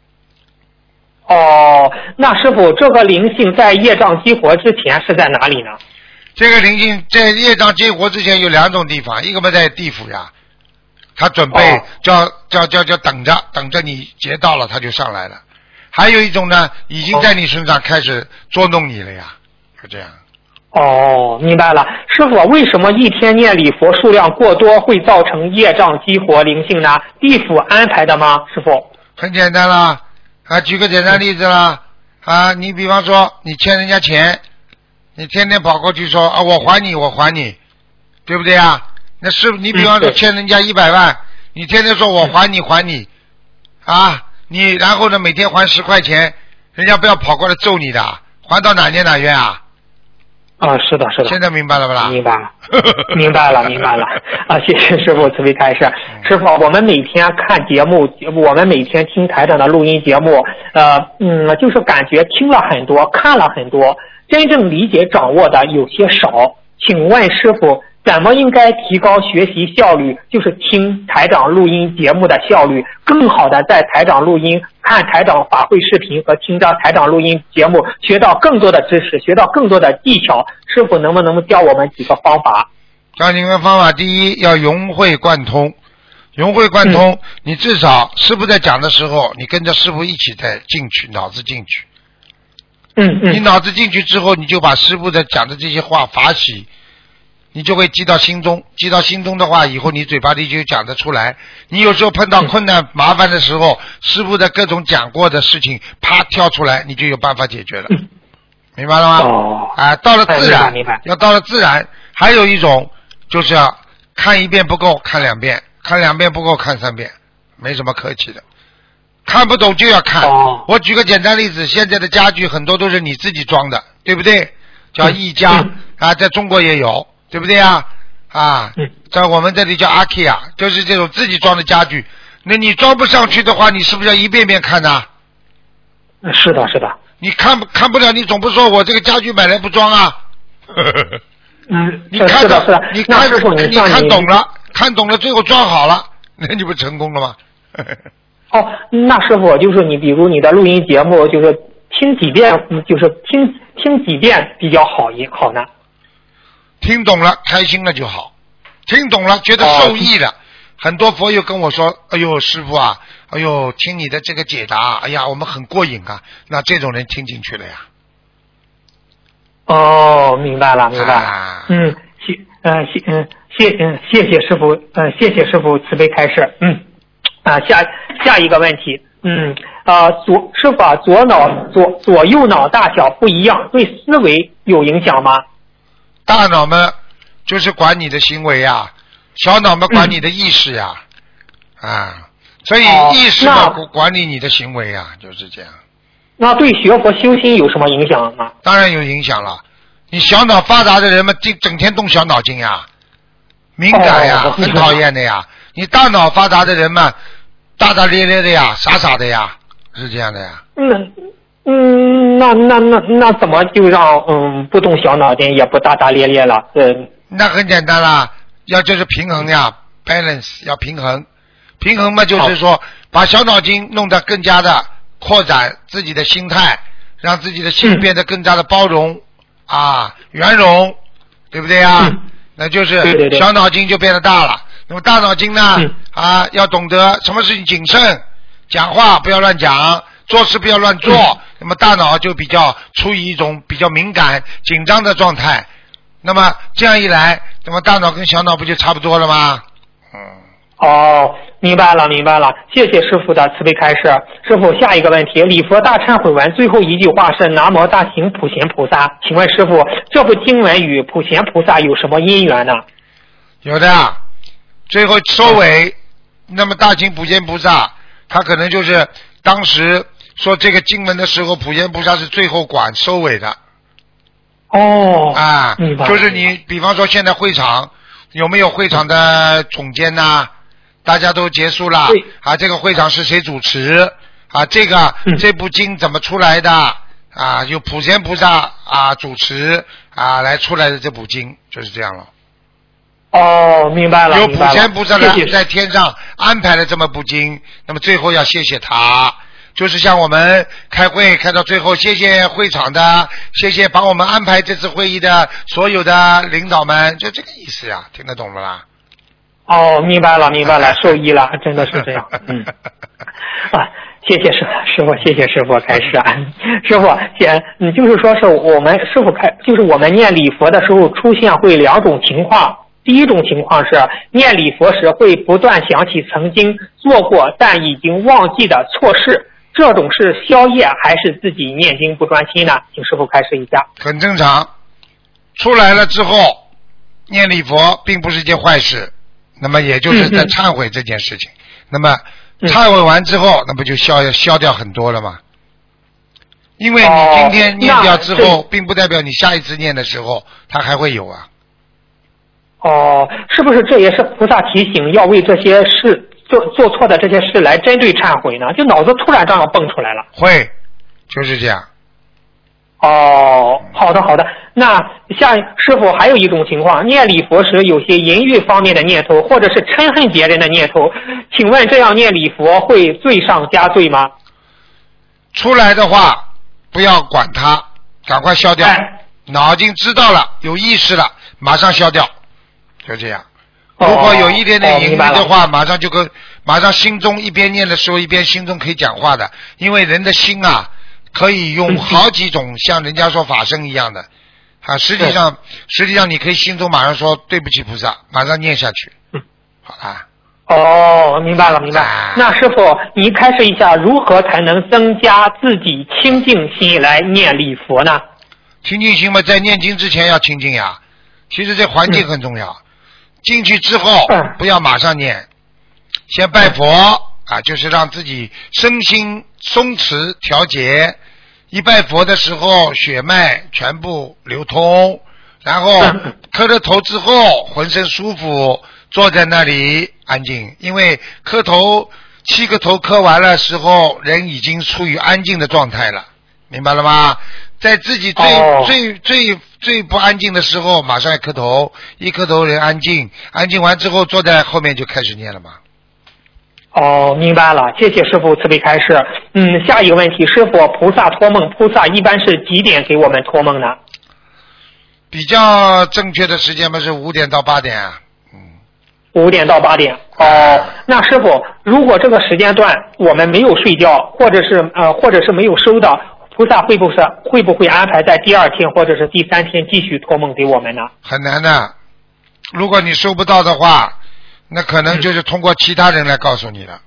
哦，那师傅，这个灵性在业障激活之前是在哪里呢？ 这个灵性在业障激活之前有2种地方，一个嘛在地府呀，他准备叫等着你劫到了他就上来了，还有一种呢已经在你身上开始捉弄你了呀，就这样。 哦，明白了。师傅，为什么一天念礼佛数量过多会造成业障激活灵性呢？地府安排的吗？师傅？ 很简单啦，举个简单例子啦，你比方说你欠人家钱，你天天跑过去说我还你，对不对啊？那是你比方说欠人家100万，你天天说我还你你然后呢每天还10块钱，人家不要跑过来揍你的，还到哪年哪月啊？ 是的。 现在明白了不啦？ 明白了。谢谢师傅慈悲开示。师傅，我们每天看节目，我们每天听台长的录音节目，就是感觉听了很多，看了很多，真正理解掌握的有些少。请问师傅，怎么应该提高学习效率？就是听台长录音节目的效率，更好的在台长录音、看台长法会视频和听着台长录音节目，学到更多的知识，学到更多的技巧。师傅能不能教我们几个方法？ 教你们方法，第一要融会贯通。你至少师父在讲的时候，你跟着师父一起再进去，脑子进去。你脑子进去之后，你就把师父在讲的这些话法喜，你就会记到心中。记到心中的话，以后你嘴巴里就讲得出来。你有时候碰到困难麻烦的时候，师父的各种讲过的事情，啪跳出来，你就有办法解决了。明白了吗？到了自然，要到了自然。还有一种就是要看1遍不够，看2遍，看2遍不够，看3遍，没什么客气的。看不懂就要看。我举个简单例子，现在的家具很多都是你自己装的，对不对？叫宜家在中国也有，对不对啊？在我们这里叫 IKEA， 就是这种自己装的家具。那你装不上去的话，你是不是要一遍遍看呢？ 是的。 你看不了，你总不说我这个家具买来不装啊？你看懂，你看懂了，最后装好了，那你不成功了吗？ 那师傅就是你，比如你的录音节目，就是听几遍，就是听几遍比较好呢？ 听懂了，开心了就好；听懂了，觉得受益了。很多佛友跟我说：“哎呦，师傅啊，哎呦，听你的这个解答，哎呀，我们很过瘾啊。”那这种人听进去了呀。 明白了。谢谢师傅，谢谢师傅慈悲开示。下一个问题，师傅啊，左右脑大小不一样，对思维有影响吗？ 大脑嘛，就是管你的行为呀，小脑嘛管你的意识呀，所以意识嘛管理你的行为呀，就是这样。 那对学佛修心有什么影响吗？ 当然有影响了。你小脑发达的人嘛，整天动小脑筋呀，敏感呀，很讨厌的呀。你大脑发达的人嘛，大大咧咧的呀，傻傻的呀，是这样的呀。 那怎么就让不动小脑筋也不大大咧咧了？ 那很简单啦，就是平衡呀 ，balance 要平衡。 平衡嘛，就是说把小脑筋弄得更加的扩展自己的心态，让自己的心变得更加的包容圆融，对不对啊？那就是小脑筋就变得大了。那么大脑筋呢要懂得什么事情谨慎，讲话不要乱讲，做事不要乱做，那么大脑就比较处于一种比较敏感紧张的状态。那么这样一来，那么大脑跟小脑不就差不多了吗？ 明白了，谢谢师父的慈悲开示。师父，下一个问题，礼佛大忏悔文最后一句话是南无大行普贤菩萨，请问师父，这部经文与普贤菩萨有什么因缘呢？ 有的，最后收尾，那么大行普贤菩萨他可能就是当时说这个经文的时候，普贤菩萨是最后管收尾的。 明白。 就是你比方说现在会场有没有会场的总监呐？大家都结束了这个会场是谁主持这部经怎么出来的有普贤菩萨主持来出来的这部经，就是这样了。 明白了。 有普贤菩萨在天上安排了这么部经，那么最后要谢谢他，就是像我们开会开到最后，谢谢会场的，谢谢帮我们安排这次会议的所有的领导们，就这个意思呀，听得懂了啦？ 明白了，受益了，真的是这样。谢谢师傅，谢谢师傅开示师傅，就是说是我们师傅就是我们念礼佛的时候出现会两种情况。第一种情况是念礼佛时会不断想起曾经做过但已经忘记的错事，这种是消业还是自己念经不专心呢？请师傅开示一下。 很正常，出来了之后念礼佛并不是一件坏事，那么也就是在忏悔这件事情。那么忏悔完之后，那不就消掉很多了吗？因为你今天念掉之后，并不代表你下一次念的时候它还会有啊。 是不是这也是菩萨提醒要为这些事做错的这些事来针对忏悔呢？就脑子突然这样蹦出来了。 会，就是这样。 好的。那像师傅还有一种情况，念礼佛时有些淫欲方面的念头，或者是嗔恨别人的念头，请问这样念礼佛会罪上加罪吗？ 出来的话不要管它，赶快消掉。脑筋知道了，有意识了，马上消掉，就这样。如果有一点点淫欲的话，马上心中一边念的时候一边心中可以讲话的，因为人的心可以用好几种像人家说法身一样的实际上你可以心中马上说对不起菩萨，马上念下去。好啦。 明白了。那师父你开示一下如何才能增加自己清净心来念礼佛呢？ 清净心嘛，在念经之前要清净呀。其实这环境很重要。进去之后不要马上念，先拜佛就是让自己身心松弛调节。一拜佛的时候血脉全部流通，然后磕了头之后浑身舒服，坐在那里安静。因为7个头磕完了时候人已经处于安静的状态了，明白了吗？在自己最不安静的时候马上要磕头，一磕头人安静完之后坐在后面就开始念了嘛。 明白了，谢谢师父慈悲开示。下一个问题，师父，菩萨托梦，菩萨一般是几点给我们托梦呢？ 比较正确的时间嘛是5点到8点啊。 5点到8点。那师父，如果这个时间段我们没有睡觉，或者是没有收到，菩萨会不会安排在第2天或者是第3天继续托梦给我们呢？ 很难的，如果你收不到的话，那可能就是通过其他人来告诉你了。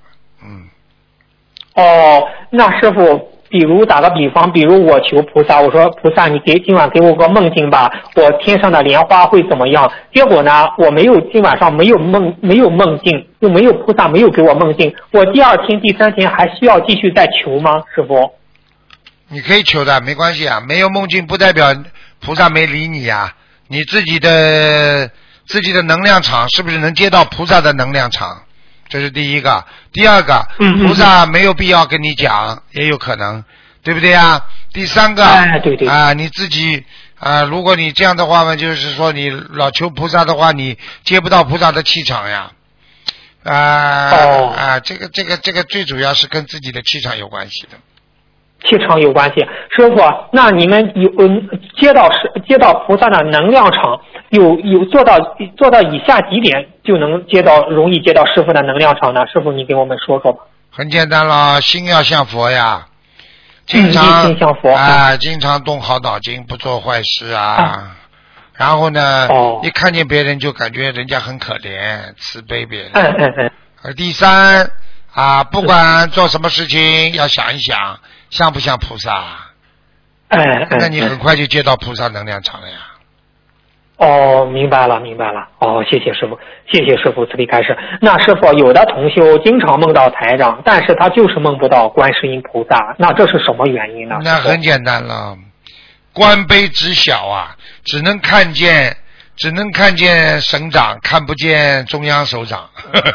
那师父，比如打个比方，比如我求菩萨，我说菩萨你今晚给我个梦境吧，我天上的莲花会怎么样？结果呢我今晚上没有梦境，又没有菩萨没有给我梦境，我第2天第3天还需要继续再求吗？师父？ 你可以求的，没关系啊，没有梦境不代表菩萨没理你啊，你自己的能量场是不是能接到菩萨的能量场？这是第一个。第二个，菩萨没有必要跟你讲，也有可能，对不对啊？第三个， 对你自己如果你这样的话嘛，就是说你老求菩萨的话，你接不到菩萨的气场呀。 这个最主要是跟自己的气场有关系的。 气场有关系，师傅，那你们接到菩萨的能量场，有做到以下几点就能容易接到师傅的能量场呢？师傅，你给我们说说吧。 很简单了，心要像佛呀，经常心像佛经常动好脑筋，不做坏事啊。然后呢，一看见别人就感觉人家很可怜，慈悲别人。而第三不管做什么事情要想一想，像不像菩萨？那你很快就接到菩萨能量场了呀。 明白了。谢谢师傅，谢谢师傅慈悲开示。那师傅，有的同修经常梦到台长，但是他就是梦不到观世音菩萨，那这是什么原因呢？ 那很简单了，观悲知小啊，只能看见省长，看不见中央首长。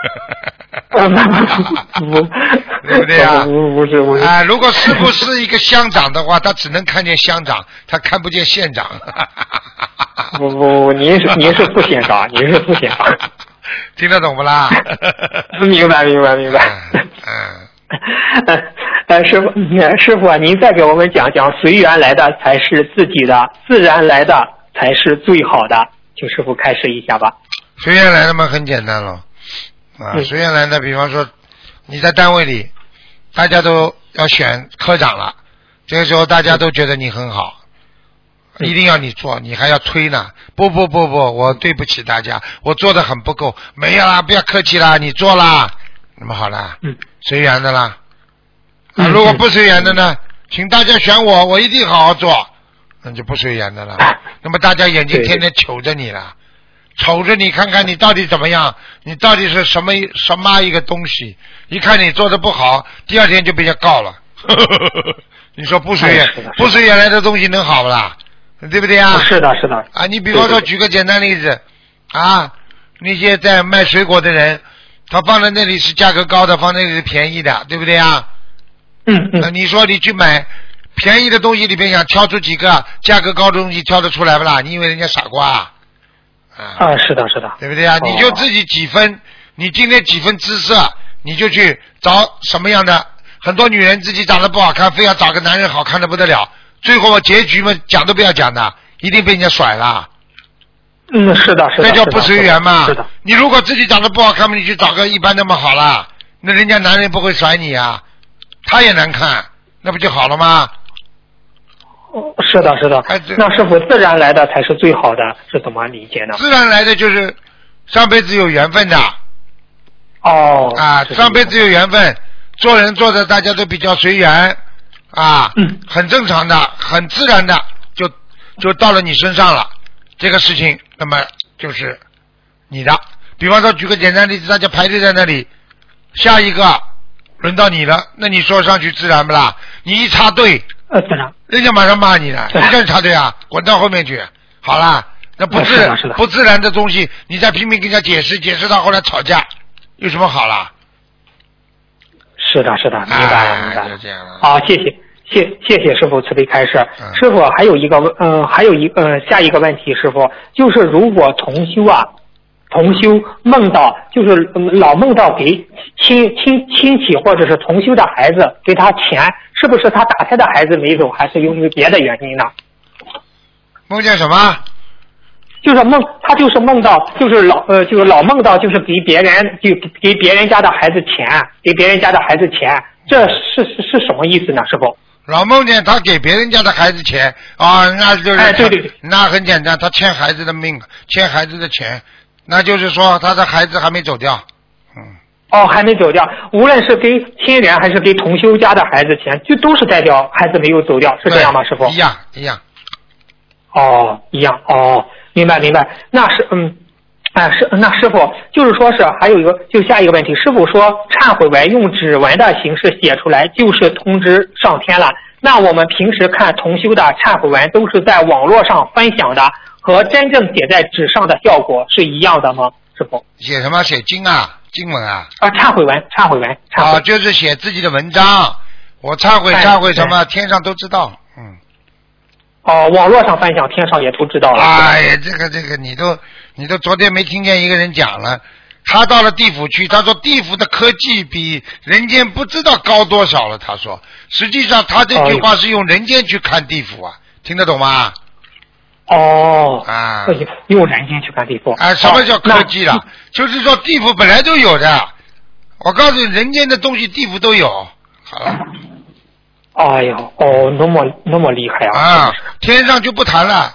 对不对啊？ 不是如果师傅是一个乡长的话，他只能看见乡长，他看不见县长。 不，您是副县长，您是副县长。 听得懂不啦？ 明白。师傅，您再给我们讲讲，随缘来的才是自己的，自然来的才是最好的，请师傅开示一下吧。 随缘来的嘛，很简单了。随缘来的，比方说你在单位里，大家都要选科长了，这个时候大家都觉得你很好，一定要你做，你还要推呢。不，我对不起大家，我做的很不够。没有啦，不要客气啦，你做啦，那么好啦，随缘的啦。如果不随缘的呢，请大家选我一定好好做，那就不随缘的了。那么大家眼睛天天瞅着你了，瞅着你看看你到底怎么样，你到底是什么一个东西，一看你做的不好，第二天就被人家告了。你说不随缘来的东西能好不啦？对不对啊？ 是的你比方说举个简单例子那些在卖水果的人，他放在那里是价格高的，放在那里是便宜的，对不对啊？你说你去买便宜的东西里边，想挑出几个价格高的东西挑得出来不啦？你以为人家傻瓜是的对不对啊？你就自己几分，你今天几分姿色，你就去找什么样的。很多女人自己长得不好看，非要找个男人好看的不得了，最后结局嘛讲都不要讲的，一定被人家甩了。 是的那叫不随缘嘛。 是的。 你如果自己长得不好看嘛，你去找个一般的嘛好了，那人家男人不会甩你啊，他也难看，那不就好了吗？ 是的。那师傅，自然来的才是最好的，是怎么理解呢？ 自然来的就是上辈子有缘分的。上辈子有缘分，做人做的大家都比较随缘很正常的，很自然的就到了你身上了，这个事情那么就是你的。比方说举个简单例子，大家排队在那里，下一个轮到你了，那你说上去自然不啦？你一插队自然人家马上骂你了，你叫你插队啊，滚到后面去。好了，那不自然的东西，你再拼命跟人家解释到后来吵架，有什么好啦？ 是的，明白了。 就这样了。 好，谢谢师傅慈悲开示。师傅还有下一个问题，师傅就是如果同修梦到就是老梦到给亲戚或者是同修的孩子给他钱，是不是他打胎的孩子没走，还是因为别的原因呢？ 梦见什么？ 他就是梦到就是老梦到就是给别人家的孩子钱，这是什么意思呢？师傅？ 老梦见他给别人家的孩子钱那就是对， 那很简单，他欠孩子的命，欠孩子的钱，那就是说他的孩子还没走掉。 还没走掉，无论是给亲人还是给同修家的孩子钱，就都是代表孩子没有走掉，是这样吗？师傅？ 一样。 一样。明白。那师傅就是说是还有一个就下一个问题，师傅说忏悔文用指纹的形式写出来就是通知上天了，那我们平时看同修的忏悔文都是在网络上分享的，和真正写在纸上的效果是一样的吗？师傅？写什么？写经文啊？ 忏悔文。 就是写自己的文章，我忏悔什么，天上都知道。 网络上分享，天上也都知道了。 哎呀，这个你都昨天没听见一个人讲了， 他到了地府去，他说地府的科技比人间不知道高多少了。他说，实际上他这句话是用人间去看地府啊，听得懂吗？ 哦， 啊， 用人间去看地府。 啊，什么叫科技了？就是说地府本来就有的。我告诉你，人间的东西地府都有。好了。 哎呦，哦，那么厉害啊！ 啊，天上就不谈了。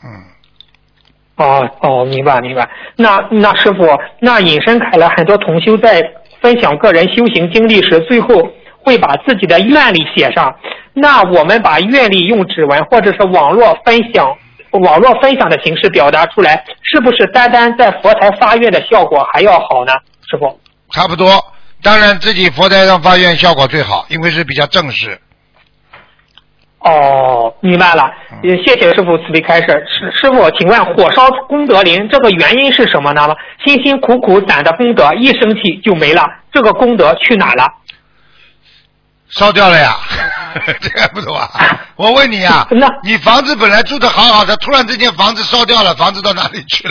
明白。那师傅，那引申开了，很多同修在分享个人修行经历时，最后会把自己的愿力写上。那我们把愿力用指纹或者是网络分享的形式表达出来，是不是单单在佛台发愿的效果还要好呢？师傅？ 差不多，当然自己佛台上发愿效果最好，因为是比较正式。 哦，明白了。谢谢师傅慈悲开示。师傅，请问火烧功德林这个原因是什么呢？辛辛苦苦攒的功德一生气就没了，这个功德去哪了？ 烧掉了呀，这还不懂啊？我问你啊，你房子本来住的好好的，突然之间房子烧掉了，房子到哪里去了？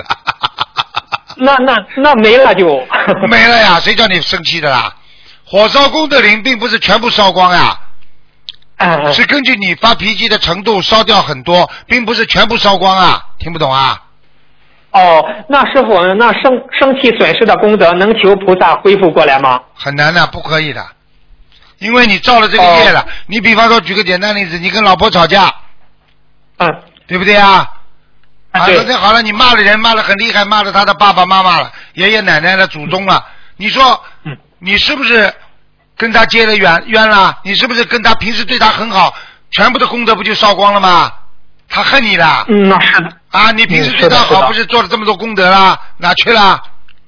那没了就没了呀，谁叫你生气的啦？火烧功德林并不是全部烧光呀。是根据你发脾气的程度烧掉很多，并不是全部烧光啊，听不懂啊？ 哦，那师傅，那生气损失的功德能求菩萨恢复过来吗？ 很难的，不可以的，因为你造了这个业了。你比方说举个简单例子，你跟老婆吵架，对不对啊？昨天好了，你骂了人，骂了很厉害，骂了他的爸爸妈妈了，爷爷奶奶了，祖宗了，你说，你是不是跟他结了冤了？你是不是跟他平时对他很好，全部的功德不就烧光了吗？他恨你了。 那是的。 啊，你平时对他好，不是做了这么多功德啦？哪去了？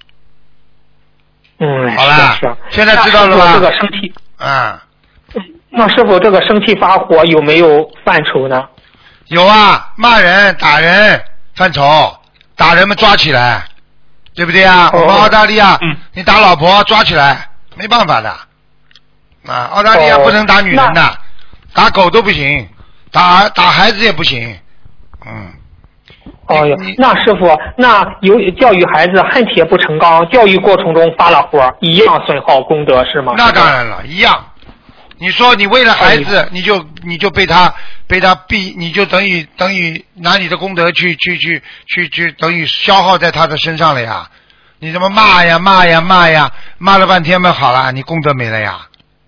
好了，现在知道了吗？ 这个生气。那师傅，这个生气发火有没有范畴呢？ 有啊，骂人、打人犯愁，打人们抓起来，对不对啊？我们澳大利亚，你打老婆抓起来，没办法的。澳大利亚不能打女人的，打狗都不行，打孩子也不行。 那师傅，那教育孩子恨铁不成钢，教育过程中发了火，一样损耗功德是吗？ 那当然了，一样。你说你为了孩子，你就被他逼，你就等于拿你的功德去等于消耗在他的身上了呀。你怎么骂呀，骂了半天嘛，好了，你功德没了呀。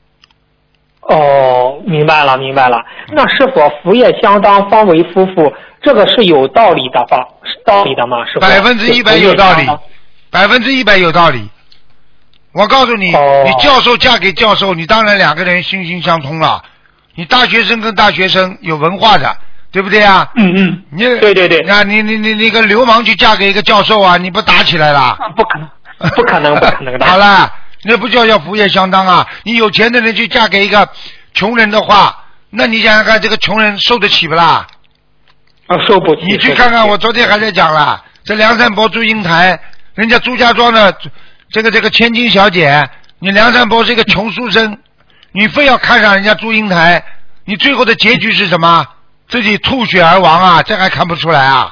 明白了。那师傅，福业相当，方为夫妇，这个是有道理的吧？道理的吗？师傅 ？100%有道理，100%有道理。我告诉你，你教授嫁给教授，你当然两个人心心相通了。你大学生跟大学生有文化的，对不对啊？你对。 那你个流氓去嫁给一个教授啊，你不打起来了？ 不可能的。 好了，那不叫福业相当啊！你有钱的人去嫁给一个穷人的话，那你想想看，这个穷人受得起不啦？ 受不起。 你去看看，我昨天还在讲了，这梁山伯祝英台，人家朱家庄的这个千金小姐，你梁山伯是一个穷书生，你非要看上人家祝英台，你最后的结局是什么？自己吐血而亡啊！这还看不出来啊？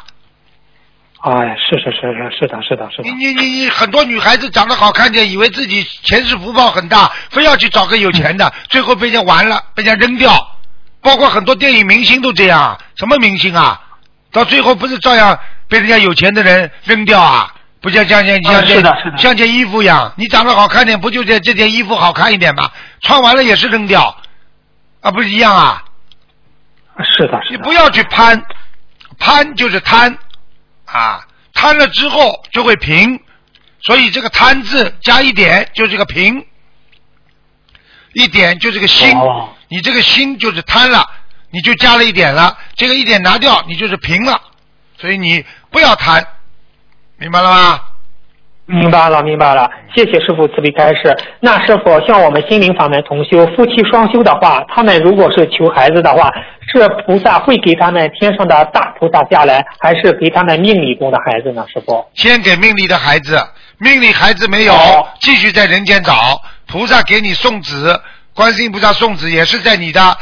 是的。 你很多女孩子长得好看点，以为自己前世福报很大，非要去找个有钱的，最后被人家完了，被人家扔掉。包括很多电影明星都这样，什么明星啊？到最后不是照样被人家有钱的人扔掉啊？不像件衣服一样，你长得好看点，不就这件衣服好看一点吗？穿完了也是扔掉，不是一样啊？ 是的。 你不要去攀就是贪贪了之后就会平，所以这个贪字加一点就是个平，一点就是个心，你这个心就是贪了，你就加了一点了，这个一点拿掉，你就是平了，所以你不要贪。明白了吗？ 明白了，谢谢师父慈悲开示。那师父，像我们心灵法门同修，夫妻双修的话，他们如果是求孩子的话，是菩萨会给他们天上的大菩萨下来，还是给他们命理中的孩子呢？师父， 先给命理的孩子，命理孩子没有，继续在人间找菩萨给你送子，观世音菩萨送子也是在你的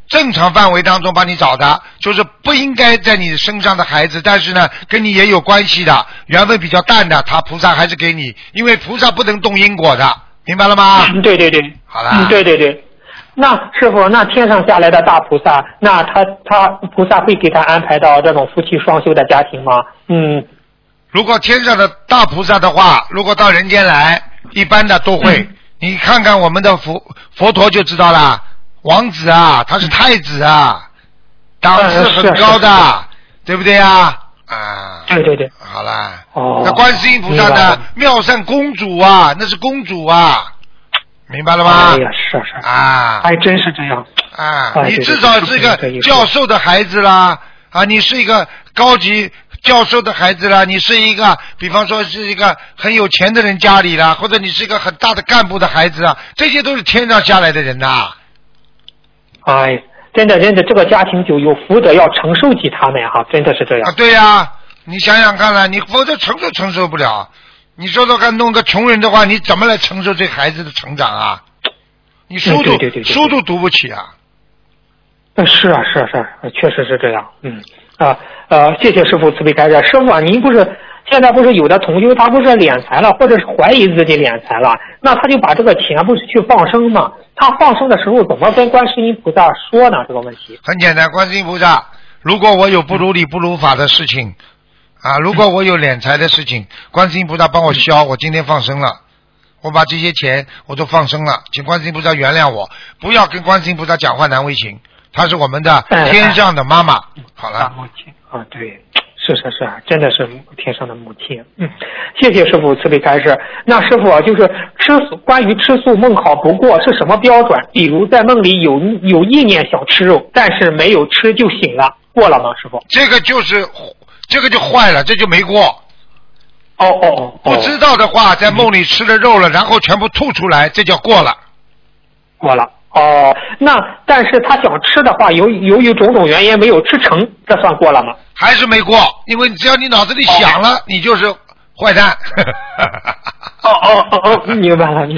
正常范围当中帮你找的，就是不应该在你身上的孩子，但是呢跟你也有关系的，缘分比较淡的，他菩萨还是给你，因为菩萨不能动因果的，明白了吗？ 对对对， 好了。 对对对。那师傅，那天上下来的大菩萨，那他菩萨会给他安排到这种夫妻双修的家庭吗？ 如果天上的大菩萨的话，如果到人间来，一般的都会。你看看我们的佛陀就知道了，王子啊，他是太子啊，档次很高的，对不对啊？啊， 对对对。 好了。 哦。 那观世音菩萨呢？妙善公主啊，那是公主啊。明白了吗？ 哎呀，是啊， 还真是这样啊！你至少是一个教授的孩子啦，啊，你是一个高级教授的孩子啦，你是一个，比方说是一个很有钱的人家里啦，或者你是一个很大的干部的孩子啊，这些都是天上下来的人呐。 哎，真的，这个家庭就有福德要承受起他们哈，真的是这样。 啊，对呀，你想想看了，你否则承受不了。你说说看，弄个穷人的话，你怎么来承受这孩子的成长啊？你书都读不起啊！ 是啊，确实是这样。谢谢师父慈悲开示。师父啊，您现在不是有的同修他不是敛财了，或者是怀疑自己敛财了，那他就把这个钱不是去放生吗？他放生的时候怎么跟观世音菩萨说呢？这个问题很简单，观世音菩萨，如果我有不如理不如法的事情。啊！如果我有敛财的事情，观世音菩萨帮我消，我今天放生了，我把这些钱我都放生了，请观世音菩萨原谅我，不要跟观世音菩萨讲话难为情，她是我们的天上的妈妈。好了， 母亲啊，对，是，真的是天上的母亲。谢谢师父慈悲开示。那师父啊，就是关于吃素梦考不过是什么标准？比如在梦里有意念想吃肉，但是没有吃就醒了，过了吗？师父？ 这个就坏了，这就没过。不知道的话，在梦里吃了肉了，然后全部吐出来，这叫过了。 过了。那但是他想吃的话，由于种种原因没有吃成，这算过了吗？ 还是没过，因为只要你脑子里想了，你就是坏蛋。 明白了。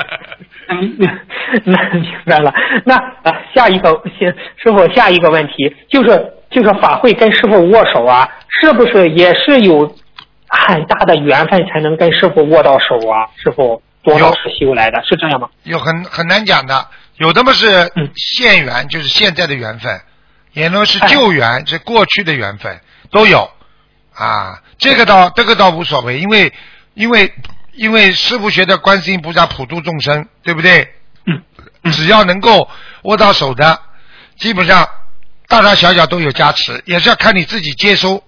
那明白了。那下一个师父，下一个问题就是法会跟师父握手啊，是不是也是有很大的缘分才能跟师父握到手啊？师父多少是修来的，是这样吗？ 有很难讲的，有的嘛是现缘，就是现在的缘分，也能是旧缘，是过去的缘分，都有啊。这个倒无所谓，因为师父学的观世音菩萨普度众生，对不对？只要能够握到手的，基本上大大小小都有加持，也是要看你自己接收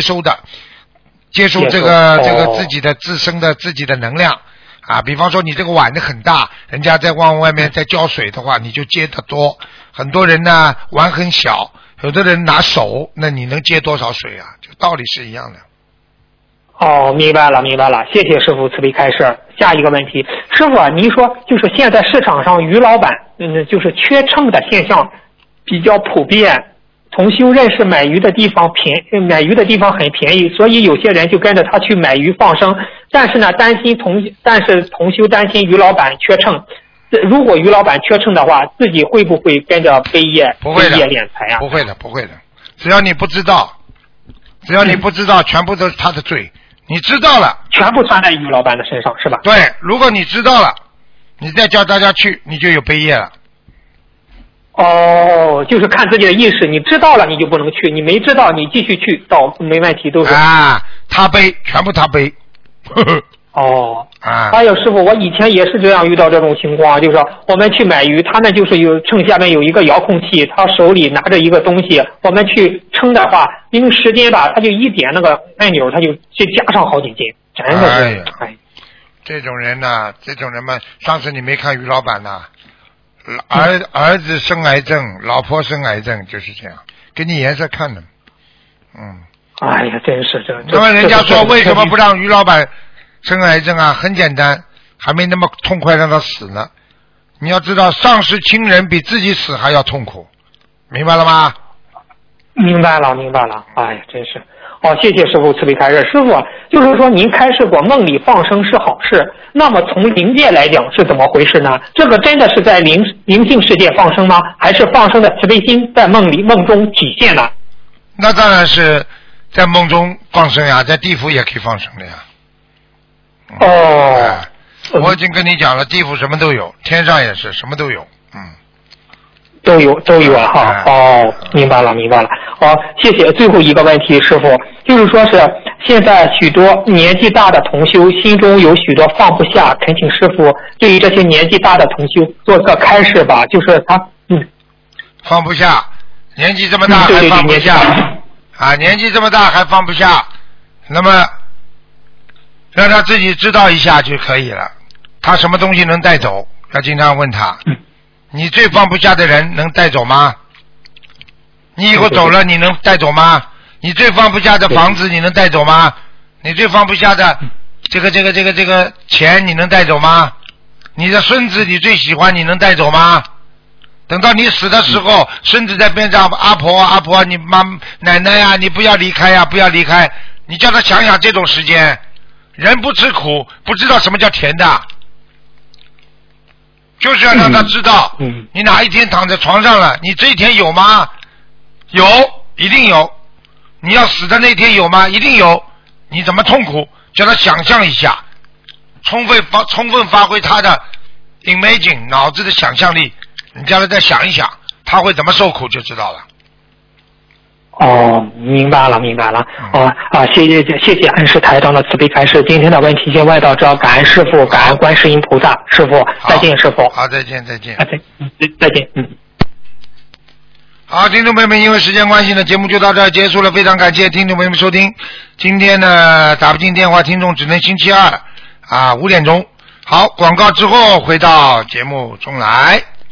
这个自己的自身的自己的能量啊。比方说你这个碗很大，人家在往外面再浇水的话，你就接得多。很多人呢碗很小，有的人拿手，那你能接多少水啊？这道理是一样的。 明白了，谢谢师父慈悲开示。下一个问题，师父啊，您说就是现在市场上鱼老板就是缺秤的现象比较普遍，同修认识买鱼的地方很便宜，所以有些人就跟着他去买鱼放生，但是同修担心鱼老板缺秤，如果鱼老板缺秤的话，自己会不会跟着背业敛财啊？ 不会的，只要你不知道，全部都是他的罪。你知道了， 全部算在鱼老板的身上，是吧？ 对，如果你知道了，你再叫大家去，你就有背业了。 就是看自己的意识，你知道了你就不能去，你没知道你继续去，倒没问题，都是他背，全部他背。 还有师傅，我以前也是这样遇到这种情况，就是我们去买鱼，他那就是秤下面有一个遥控器，他手里拿着一个东西，我们去称的话，因为时间吧，他就一点那个按钮，他就加上好几斤，真的是。 这种人嘛，上次你没看于老板呐，儿子生癌症，老婆生癌症，就是这样，给你颜色看的。 哎呀，真是这。 那么人家说为什么不让于老板生癌症啊？很简单，还没那么痛快让他死呢。你要知道，丧失亲人比自己死还要痛苦，明白了吗？ 明白了。哎呀，真是。谢谢师傅慈悲开示。师傅， 就是说您开示过梦里放生是好事，那么从灵界来讲是怎么回事呢？这个真的是在灵性世界放生吗？还是放生的慈悲心在梦中体现呢？ 那当然是在梦中放生呀，在地府也可以放生的呀。我已经跟你讲了，地府什么都有，天上也是什么都有， 都有啊哈。明白了。谢谢。最后一个问题，师傅，就是说是现在许多年纪大的同修心中有许多放不下，恳请师傅对于这些年纪大的同修做个开示吧。就是他放不下，年纪这么大还放不下年纪这么大还放不下，那么让他自己知道一下就可以了。他什么东西能带走？要经常问他。你最放不下的人能带走吗？你以后走了你能带走吗？你最放不下的房子你能带走吗？你最放不下的这个钱你能带走吗？你的孙子你最喜欢你能带走吗？等到你死的时候，孙子在边上，阿婆你奶奶呀，你不要离开呀，不要离开。你叫他想想这种时间，人不吃苦不知道什么叫甜的，就是要让他知道，你哪一天躺在床上了，你这一天有吗？有，一定有。你要死的那天有吗？一定有。你怎么痛苦？叫他想象一下，充分发挥他的 imagine 脑子的想象力，你叫他再想一想，他会怎么受苦就知道了。 明白了。谢谢恩师台长的慈悲开示。今天的问题先问到这，感恩师父，感恩观世音菩萨，师父再见，师父。 好，再见。再见。好，听众朋友们，因为时间关系呢，节目就到这儿结束了。非常感谢听众朋友们收听。今天呢，打不进电话，听众只能星期二5点钟。好，广告之后回到节目中来。